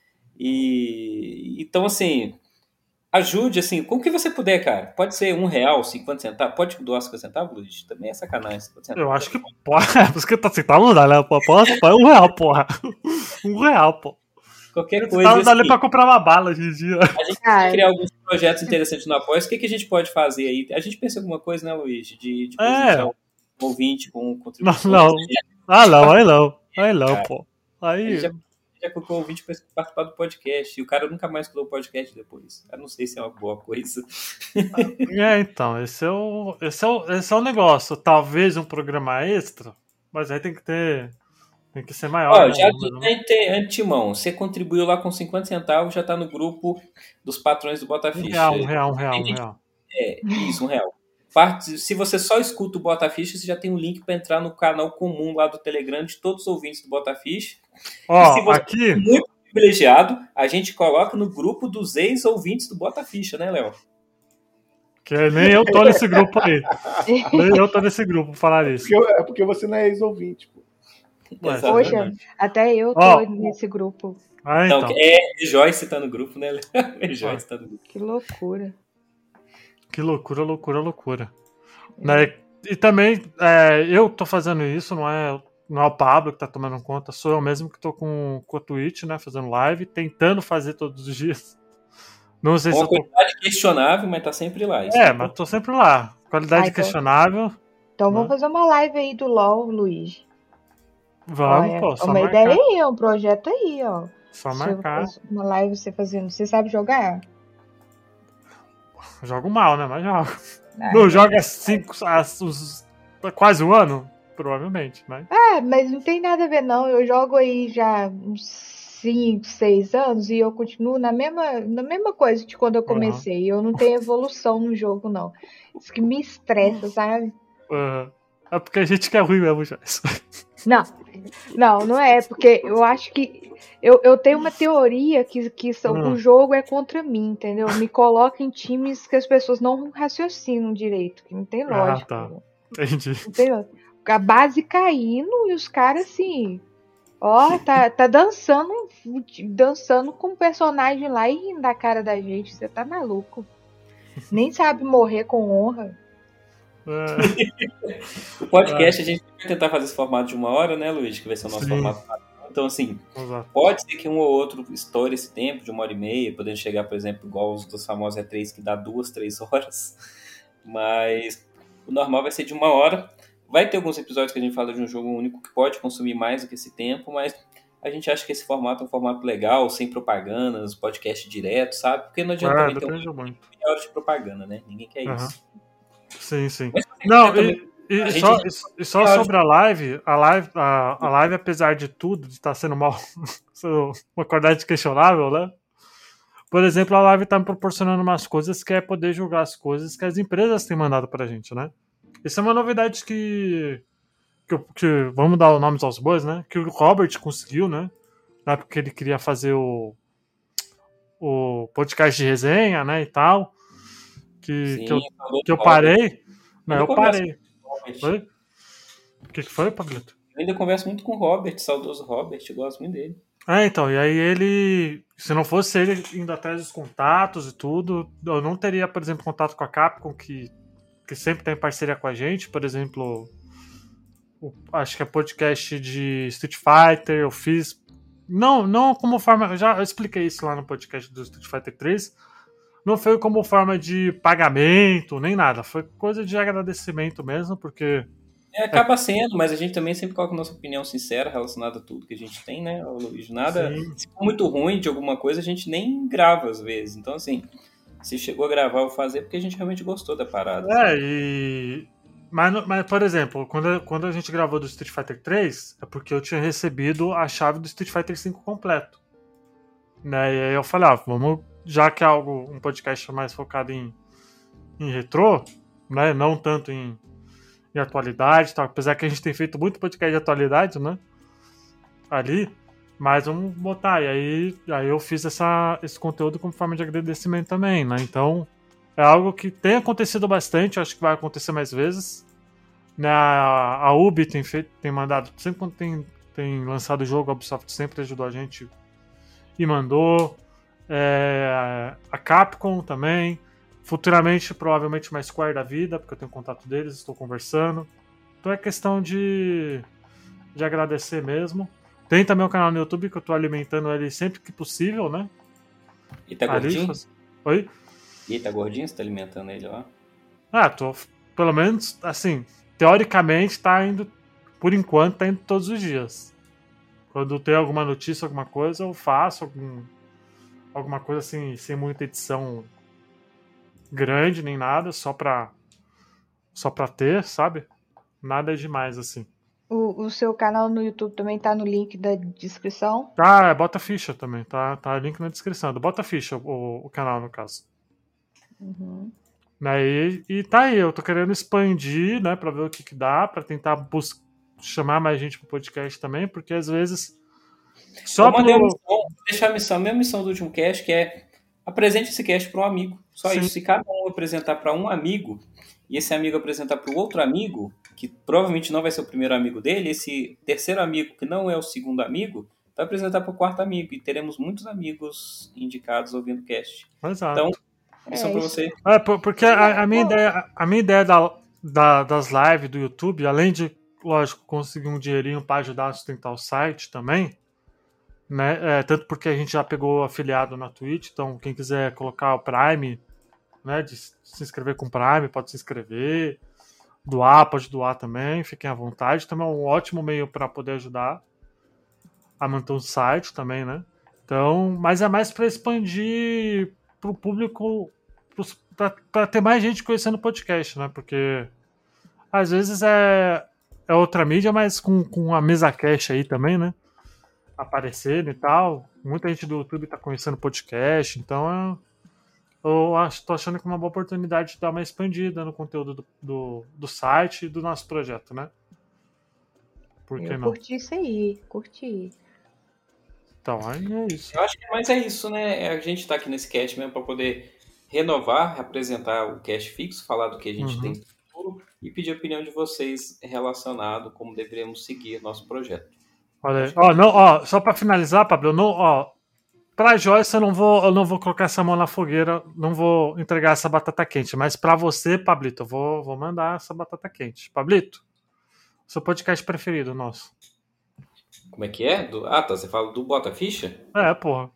E então, assim, ajude, assim, com o que você puder, cara. Pode ser um real, cinquenta centavos. Pode doar cinquenta centavos, Luigi? Também é sacanagem. cinquenta eu acho que pode. É, por isso que tá assim, tá, não dá, né? Posso? É um real, porra. Um real, pô. Qualquer coisa. Não dá nem pra comprar uma bala hoje em dia. A gente vai criar alguns projetos interessantes no Apoia. O que, que a gente pode fazer aí? A gente pensa em alguma coisa, né, Luigi? De, de é. um ouvinte com contribuição. Não, não. Ah, não, aí não. Aí não, cara, pô. Aí. Já, já colocou o ouvinte para participar do podcast. E o cara nunca mais colocou o podcast depois. Eu não sei se é uma boa coisa. É, então. Esse é o, esse é o, esse é o negócio. Talvez um programa extra, mas aí tem que ter. Tem que ser maior. Ó, né? já de antemão, você contribuiu lá com cinquenta centavos, já tá no grupo dos patrões do Bota Ficha. Um real, um real, um real, um real. É, isso, um real. Parte, se você só escuta o Bota Ficha, você já tem um link para entrar no canal comum lá do Telegram de todos os ouvintes do Bota Ficha. Ó, e se você aqui... é muito privilegiado, a gente coloca no grupo dos ex-ouvintes do Bota Ficha, né, Léo? Que nem eu tô nesse grupo aí. Nem eu tô nesse grupo pra falar isso. É porque, é porque você não é ex-ouvinte, pô. Poxa, até eu tô oh. nesse grupo. Ah, então. então. É, Joyce tá no grupo, né? Joyce tá no grupo. Que loucura. Que loucura, loucura, loucura. É. Né? E também, é, eu tô fazendo isso, não é, não é o Pablo que tá tomando conta, sou eu mesmo que tô com, com a Twitch, né, fazendo live, tentando fazer todos os dias. Não sei Uma se qualidade tô... questionável, mas tá sempre lá. Isso é, mas tô sempre lá. Qualidade ah, então... questionável. Então né? Vamos fazer uma live aí do LoL, Luiz. Vamos, Olha, pô, só uma marcar. ideia aí, um projeto aí, ó. Só marcar. Uma live você fazendo. Você sabe jogar? Jogo mal, né? Mas jogo. Ah, não joga cinco, uns, quase um ano? Provavelmente, mas... É, mas não tem nada a ver, não. Eu jogo aí já uns cinco, seis anos e eu continuo na mesma, na mesma coisa de quando eu comecei. Uhum. Eu não tenho evolução no jogo, não. Isso que me estressa, sabe? Uhum. É porque a gente quer ruim mesmo, já. Não, não, não é. Porque eu acho que... Eu, eu tenho uma teoria que, que são, hum. o jogo é contra mim, entendeu? Me coloca em times que as pessoas não raciocinam direito, que não tem lógica. Ah, tá. Entendi. Não tem lógica. a base caindo e os caras assim, ó, tá, tá dançando, dançando com o personagem lá e rindo da cara da gente. Você tá maluco. Nem sabe morrer com honra. É. O podcast, a gente vai tentar fazer esse formato de uma hora, né, Luiz? Que vai ser o nosso Sim. formato. Então, assim, Exato. pode ser que um ou outro estoure esse tempo de uma hora e meia, podendo chegar, por exemplo, igual os dos famosos E três, que dá duas, três horas. Mas o normal vai ser de uma hora. Vai ter alguns episódios que a gente fala de um jogo único que pode consumir mais do que esse tempo, mas a gente acha que esse formato é um formato legal, sem propagandas, podcast direto, sabe? Porque não adianta É, também ter um depende muito. meia hora de propaganda, né? Ninguém quer Aham. isso. Sim, sim. Mas, Não, também, e, e a gente- só, e- e só sobre a live, a live, a, a live, apesar de tudo, de estar sendo mal, sendo uma qualidade questionável, né? Por exemplo, a live tá me proporcionando umas coisas que é poder julgar as coisas que as empresas têm mandado pra gente, né? Isso é uma novidade que, que, eu- que vamos dar os nomes aos bois, né? Que o Robert conseguiu, né? Na época que ele queria fazer o, o podcast de resenha, né? E tal. Que, Sim, que, eu, falou que eu do Robert. parei. Não, Eu eu converso parei. com o Robert. Foi? O que, que foi, Pablito? Eu ainda converso muito com o Robert, saudoso Robert, eu gosto muito dele. É, então, e aí ele, se não fosse ele indo atrás dos contatos e tudo, eu não teria, por exemplo, contato com a Capcom, que, que sempre tem parceria com a gente, por exemplo, o- acho que é podcast de Street Fighter, eu fiz, não, não como forma, eu já expliquei isso lá no podcast do Street Fighter três, não foi como forma de pagamento, nem nada, foi coisa de agradecimento mesmo, porque... É, acaba sendo, mas a gente também sempre coloca a nossa opinião sincera relacionada a tudo que a gente tem, né, Luiz? Nada, Sim. se for muito ruim de alguma coisa, a gente nem grava às vezes. Então, assim, se chegou a gravar ou fazer, é porque a gente realmente gostou da parada. É, e. Mas, no- mas, por exemplo, quando, quando a gente gravou do Street Fighter três, é porque eu tinha recebido a chave do Street Fighter cinco completo. Né? E aí eu falei, ah, vamos, já que é algo, um podcast mais focado em, em retrô, né? Não tanto em, em atualidade, tá? Apesar que a gente tem feito muito podcast de atualidade, né? Ali. Mas vamos botar. E aí, aí eu fiz essa, esse conteúdo como forma de agradecimento também, né? Então, é algo que tem acontecido bastante, acho que vai acontecer mais vezes. Né? A, a Ubi tem, feito, tem mandado, sempre quando tem, tem lançado o jogo, a Ubisoft sempre ajudou a gente e mandou. É, a Capcom também. Futuramente, provavelmente, mais Square da vida, porque eu tenho contato deles, estou conversando. Então é questão de, de agradecer mesmo. Tem também o canal no YouTube que eu estou alimentando ele sempre que possível, né? E tá Ali, gordinho? faz- Oi? E tá gordinho? Você tá alimentando ele lá? Ah, tô. Pelo menos, assim, teoricamente tá indo. Por enquanto, tá indo todos os dias. Quando tem alguma notícia, alguma coisa, eu faço algum, alguma coisa assim, sem muita edição grande nem nada, só pra. Só pra ter, sabe? Nada demais, assim. O, o seu canal no YouTube também tá no link da descrição. Ah, é Bota Ficha também, tá? Tá link na descrição. Do Bota Ficha, o, o canal, no caso. Uhum. Né? E, e tá aí, eu tô querendo expandir, né, pra ver o que que dá, pra tentar bus- chamar mais gente pro podcast também, porque às vezes só Eu mandei pro... a missão, vou deixar a missão, a minha missão do último cast, que é apresente esse cast para um amigo. Só Sim. isso. Se cada um apresentar para um amigo, e esse amigo apresentar para o outro amigo, que provavelmente não vai ser o primeiro amigo dele, esse terceiro amigo, que não é o segundo amigo, vai apresentar para o quarto amigo. E teremos muitos amigos indicados ouvindo o cast. Exato. Então, missão É, para isso- você. É, por- porque a, a minha ideia, a minha ideia da, da- das lives do YouTube, além de, lógico, conseguir um dinheirinho para ajudar a sustentar o site também, né? É, tanto porque a gente já pegou afiliado na Twitch, então quem quiser colocar o Prime, né? De se inscrever com o Prime, pode se inscrever. Doar, pode doar também, fiquem à vontade. Também é um ótimo meio para poder ajudar a manter o site também, né? Então, mas é mais para expandir para o público, para ter mais gente conhecendo o podcast, né? Porque às vezes é, é outra mídia, mas com, com a mesa cash aí também, né? Aparecendo e tal. Muita gente do YouTube tá conhecendo o podcast, então é, eu acho, tô achando que é uma boa oportunidade de dar uma expandida no conteúdo do, do, do site e do nosso projeto, né? Por que Eu não? curti isso aí, curti. Então, aí é isso. Eu acho que mais é isso, né? A gente tá aqui nesse cast mesmo para poder renovar, apresentar o cast fixo, falar do que a gente Uhum. tem no futuro. grupo e pedir a opinião de vocês relacionado como deveríamos seguir nosso projeto. Olha aí. Ó, não, ó, só pra finalizar, Pablo, eu não, ó, pra Joyce eu não vou, eu não vou colocar essa mão na fogueira, não vou entregar essa batata quente, mas pra você, Pablito, eu vou, vou mandar essa batata quente. Pablito, seu podcast preferido, nosso. Como é que é? Do... Ah, tá, você fala do Bota Ficha? É, porra.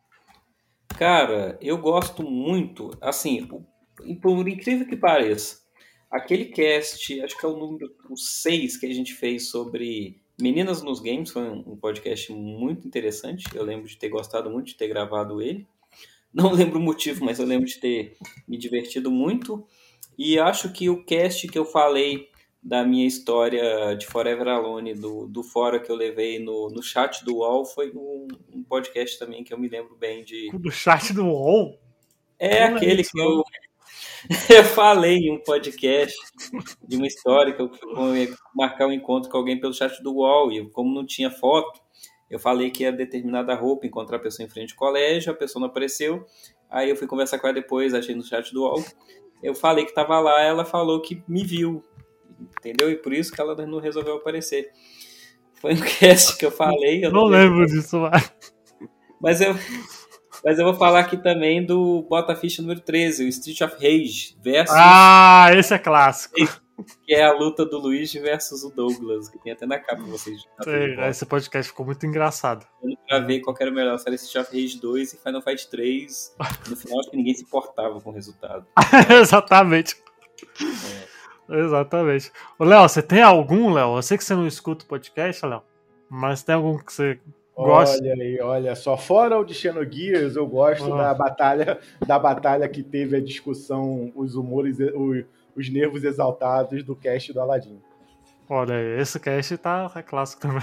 Cara, eu gosto muito, assim, por incrível que pareça, aquele cast, acho que é o número seis que a gente fez sobre Meninas nos Games, foi um podcast muito interessante, eu lembro de ter gostado muito de ter gravado ele, não lembro o motivo, mas eu lembro de ter me divertido muito, e acho que o cast que eu falei da minha história de Forever Alone, do, do fora que eu levei no, no chat do U O L, foi um, um podcast também que eu me lembro bem de... Do chat do U O L? É não aquele é que eu, eu falei em um podcast de uma história que eu fui marcar um encontro com alguém pelo chat do U O L, e como não tinha foto, eu falei que ia determinada roupa, encontrar a pessoa em frente ao colégio, a pessoa não apareceu, aí eu fui conversar com ela depois, achei no chat do U O L, eu falei que estava lá, ela falou que me viu, entendeu? E por isso que ela não resolveu aparecer. Foi um cast que eu falei. Eu não, não lembro disso, mas eu, mas eu vou falar aqui também do Bota Ficha número treze, o Street of Rage versus... Ah, esse é clássico. Que é a luta do Luigi versus o Douglas, que tem até na capa vocês. Sim, esse podcast ficou muito engraçado. Eu não gravei qual era o melhor, se era Street of Rage dois e Final Fight três. No final acho que ninguém se importava com o resultado. Exatamente. É. Exatamente. Ô, Léo, você tem algum, Léo? Eu sei que você não escuta o podcast, Léo, mas tem algum que você gosta? Olha aí, olha só. Fora o de Xenogears, eu gosto oh. da batalha da batalha que teve a discussão, os humores, os, os nervos exaltados do cast do Aladdin. Olha aí, esse cast tá, é clássico também.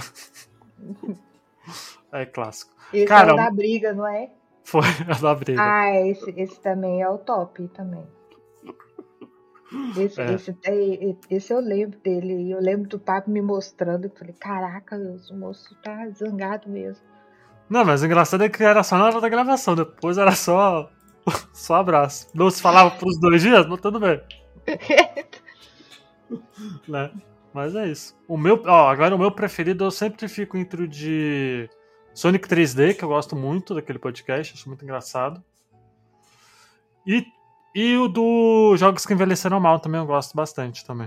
É clássico. Esse Cara, é o da briga, não é? Foi, é o da briga. Ah, esse, esse também é o top também. Esse, é. esse, esse eu lembro dele. Eu lembro do papo me mostrando. Eu falei, caraca, o moço tá zangado mesmo. Não, mas o engraçado é que era só na hora da gravação. Depois era só só abraço. Não se falava pros dois dias, mas tudo bem. Né? Mas é isso. O meu, ó, agora o meu preferido eu sempre fico entre o de Sonic três D, que eu gosto muito daquele podcast, acho muito engraçado. E E o do Jogos que Envelheceram Mal também eu gosto bastante também.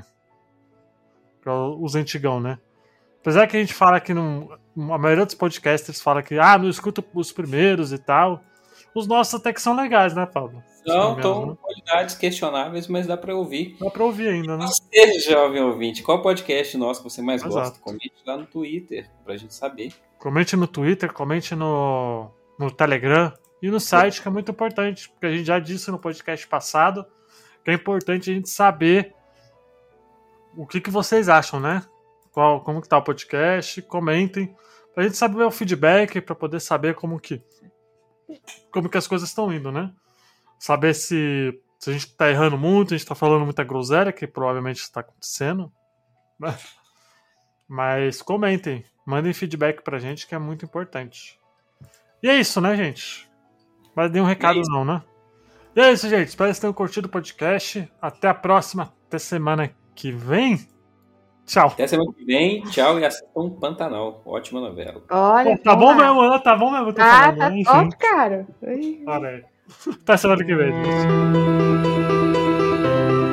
Os antigão, né? Apesar que a gente fala que não, a maioria dos podcasters fala que ah, não escuta os primeiros e tal. Os nossos até que são legais, né, Pablo? Não, estão né? qualidades questionáveis, mas dá pra ouvir. Dá pra ouvir ainda, né? Você, jovem ouvinte, qual podcast nosso que você mais Exato. gosta? Comente lá no Twitter, pra gente saber. Comente no Twitter, comente no, no Telegram. E no site, que é muito importante, porque a gente já disse no podcast passado que é importante a gente saber o que, que vocês acham, né? Qual, como que tá o podcast, comentem, pra gente saber o feedback, pra poder saber como que como que as coisas estão indo, né? Saber se, se a gente tá errando muito, a gente tá falando muita groselha, que provavelmente está acontecendo. Né? Mas comentem, mandem feedback pra gente, que é muito importante. E é isso, né, gente? Mas nenhum recado é não, né? E é isso, gente. Espero que vocês tenham curtido o podcast. Até a próxima. Até semana que vem. Tchau. Até semana que vem. Tchau e assistam Pantanal. Ótima novela. Olha, Pô, tá bom lá. mesmo, né? Tá bom mesmo. Ah, falando, tá né? top, cara. Até semana que vem, gente.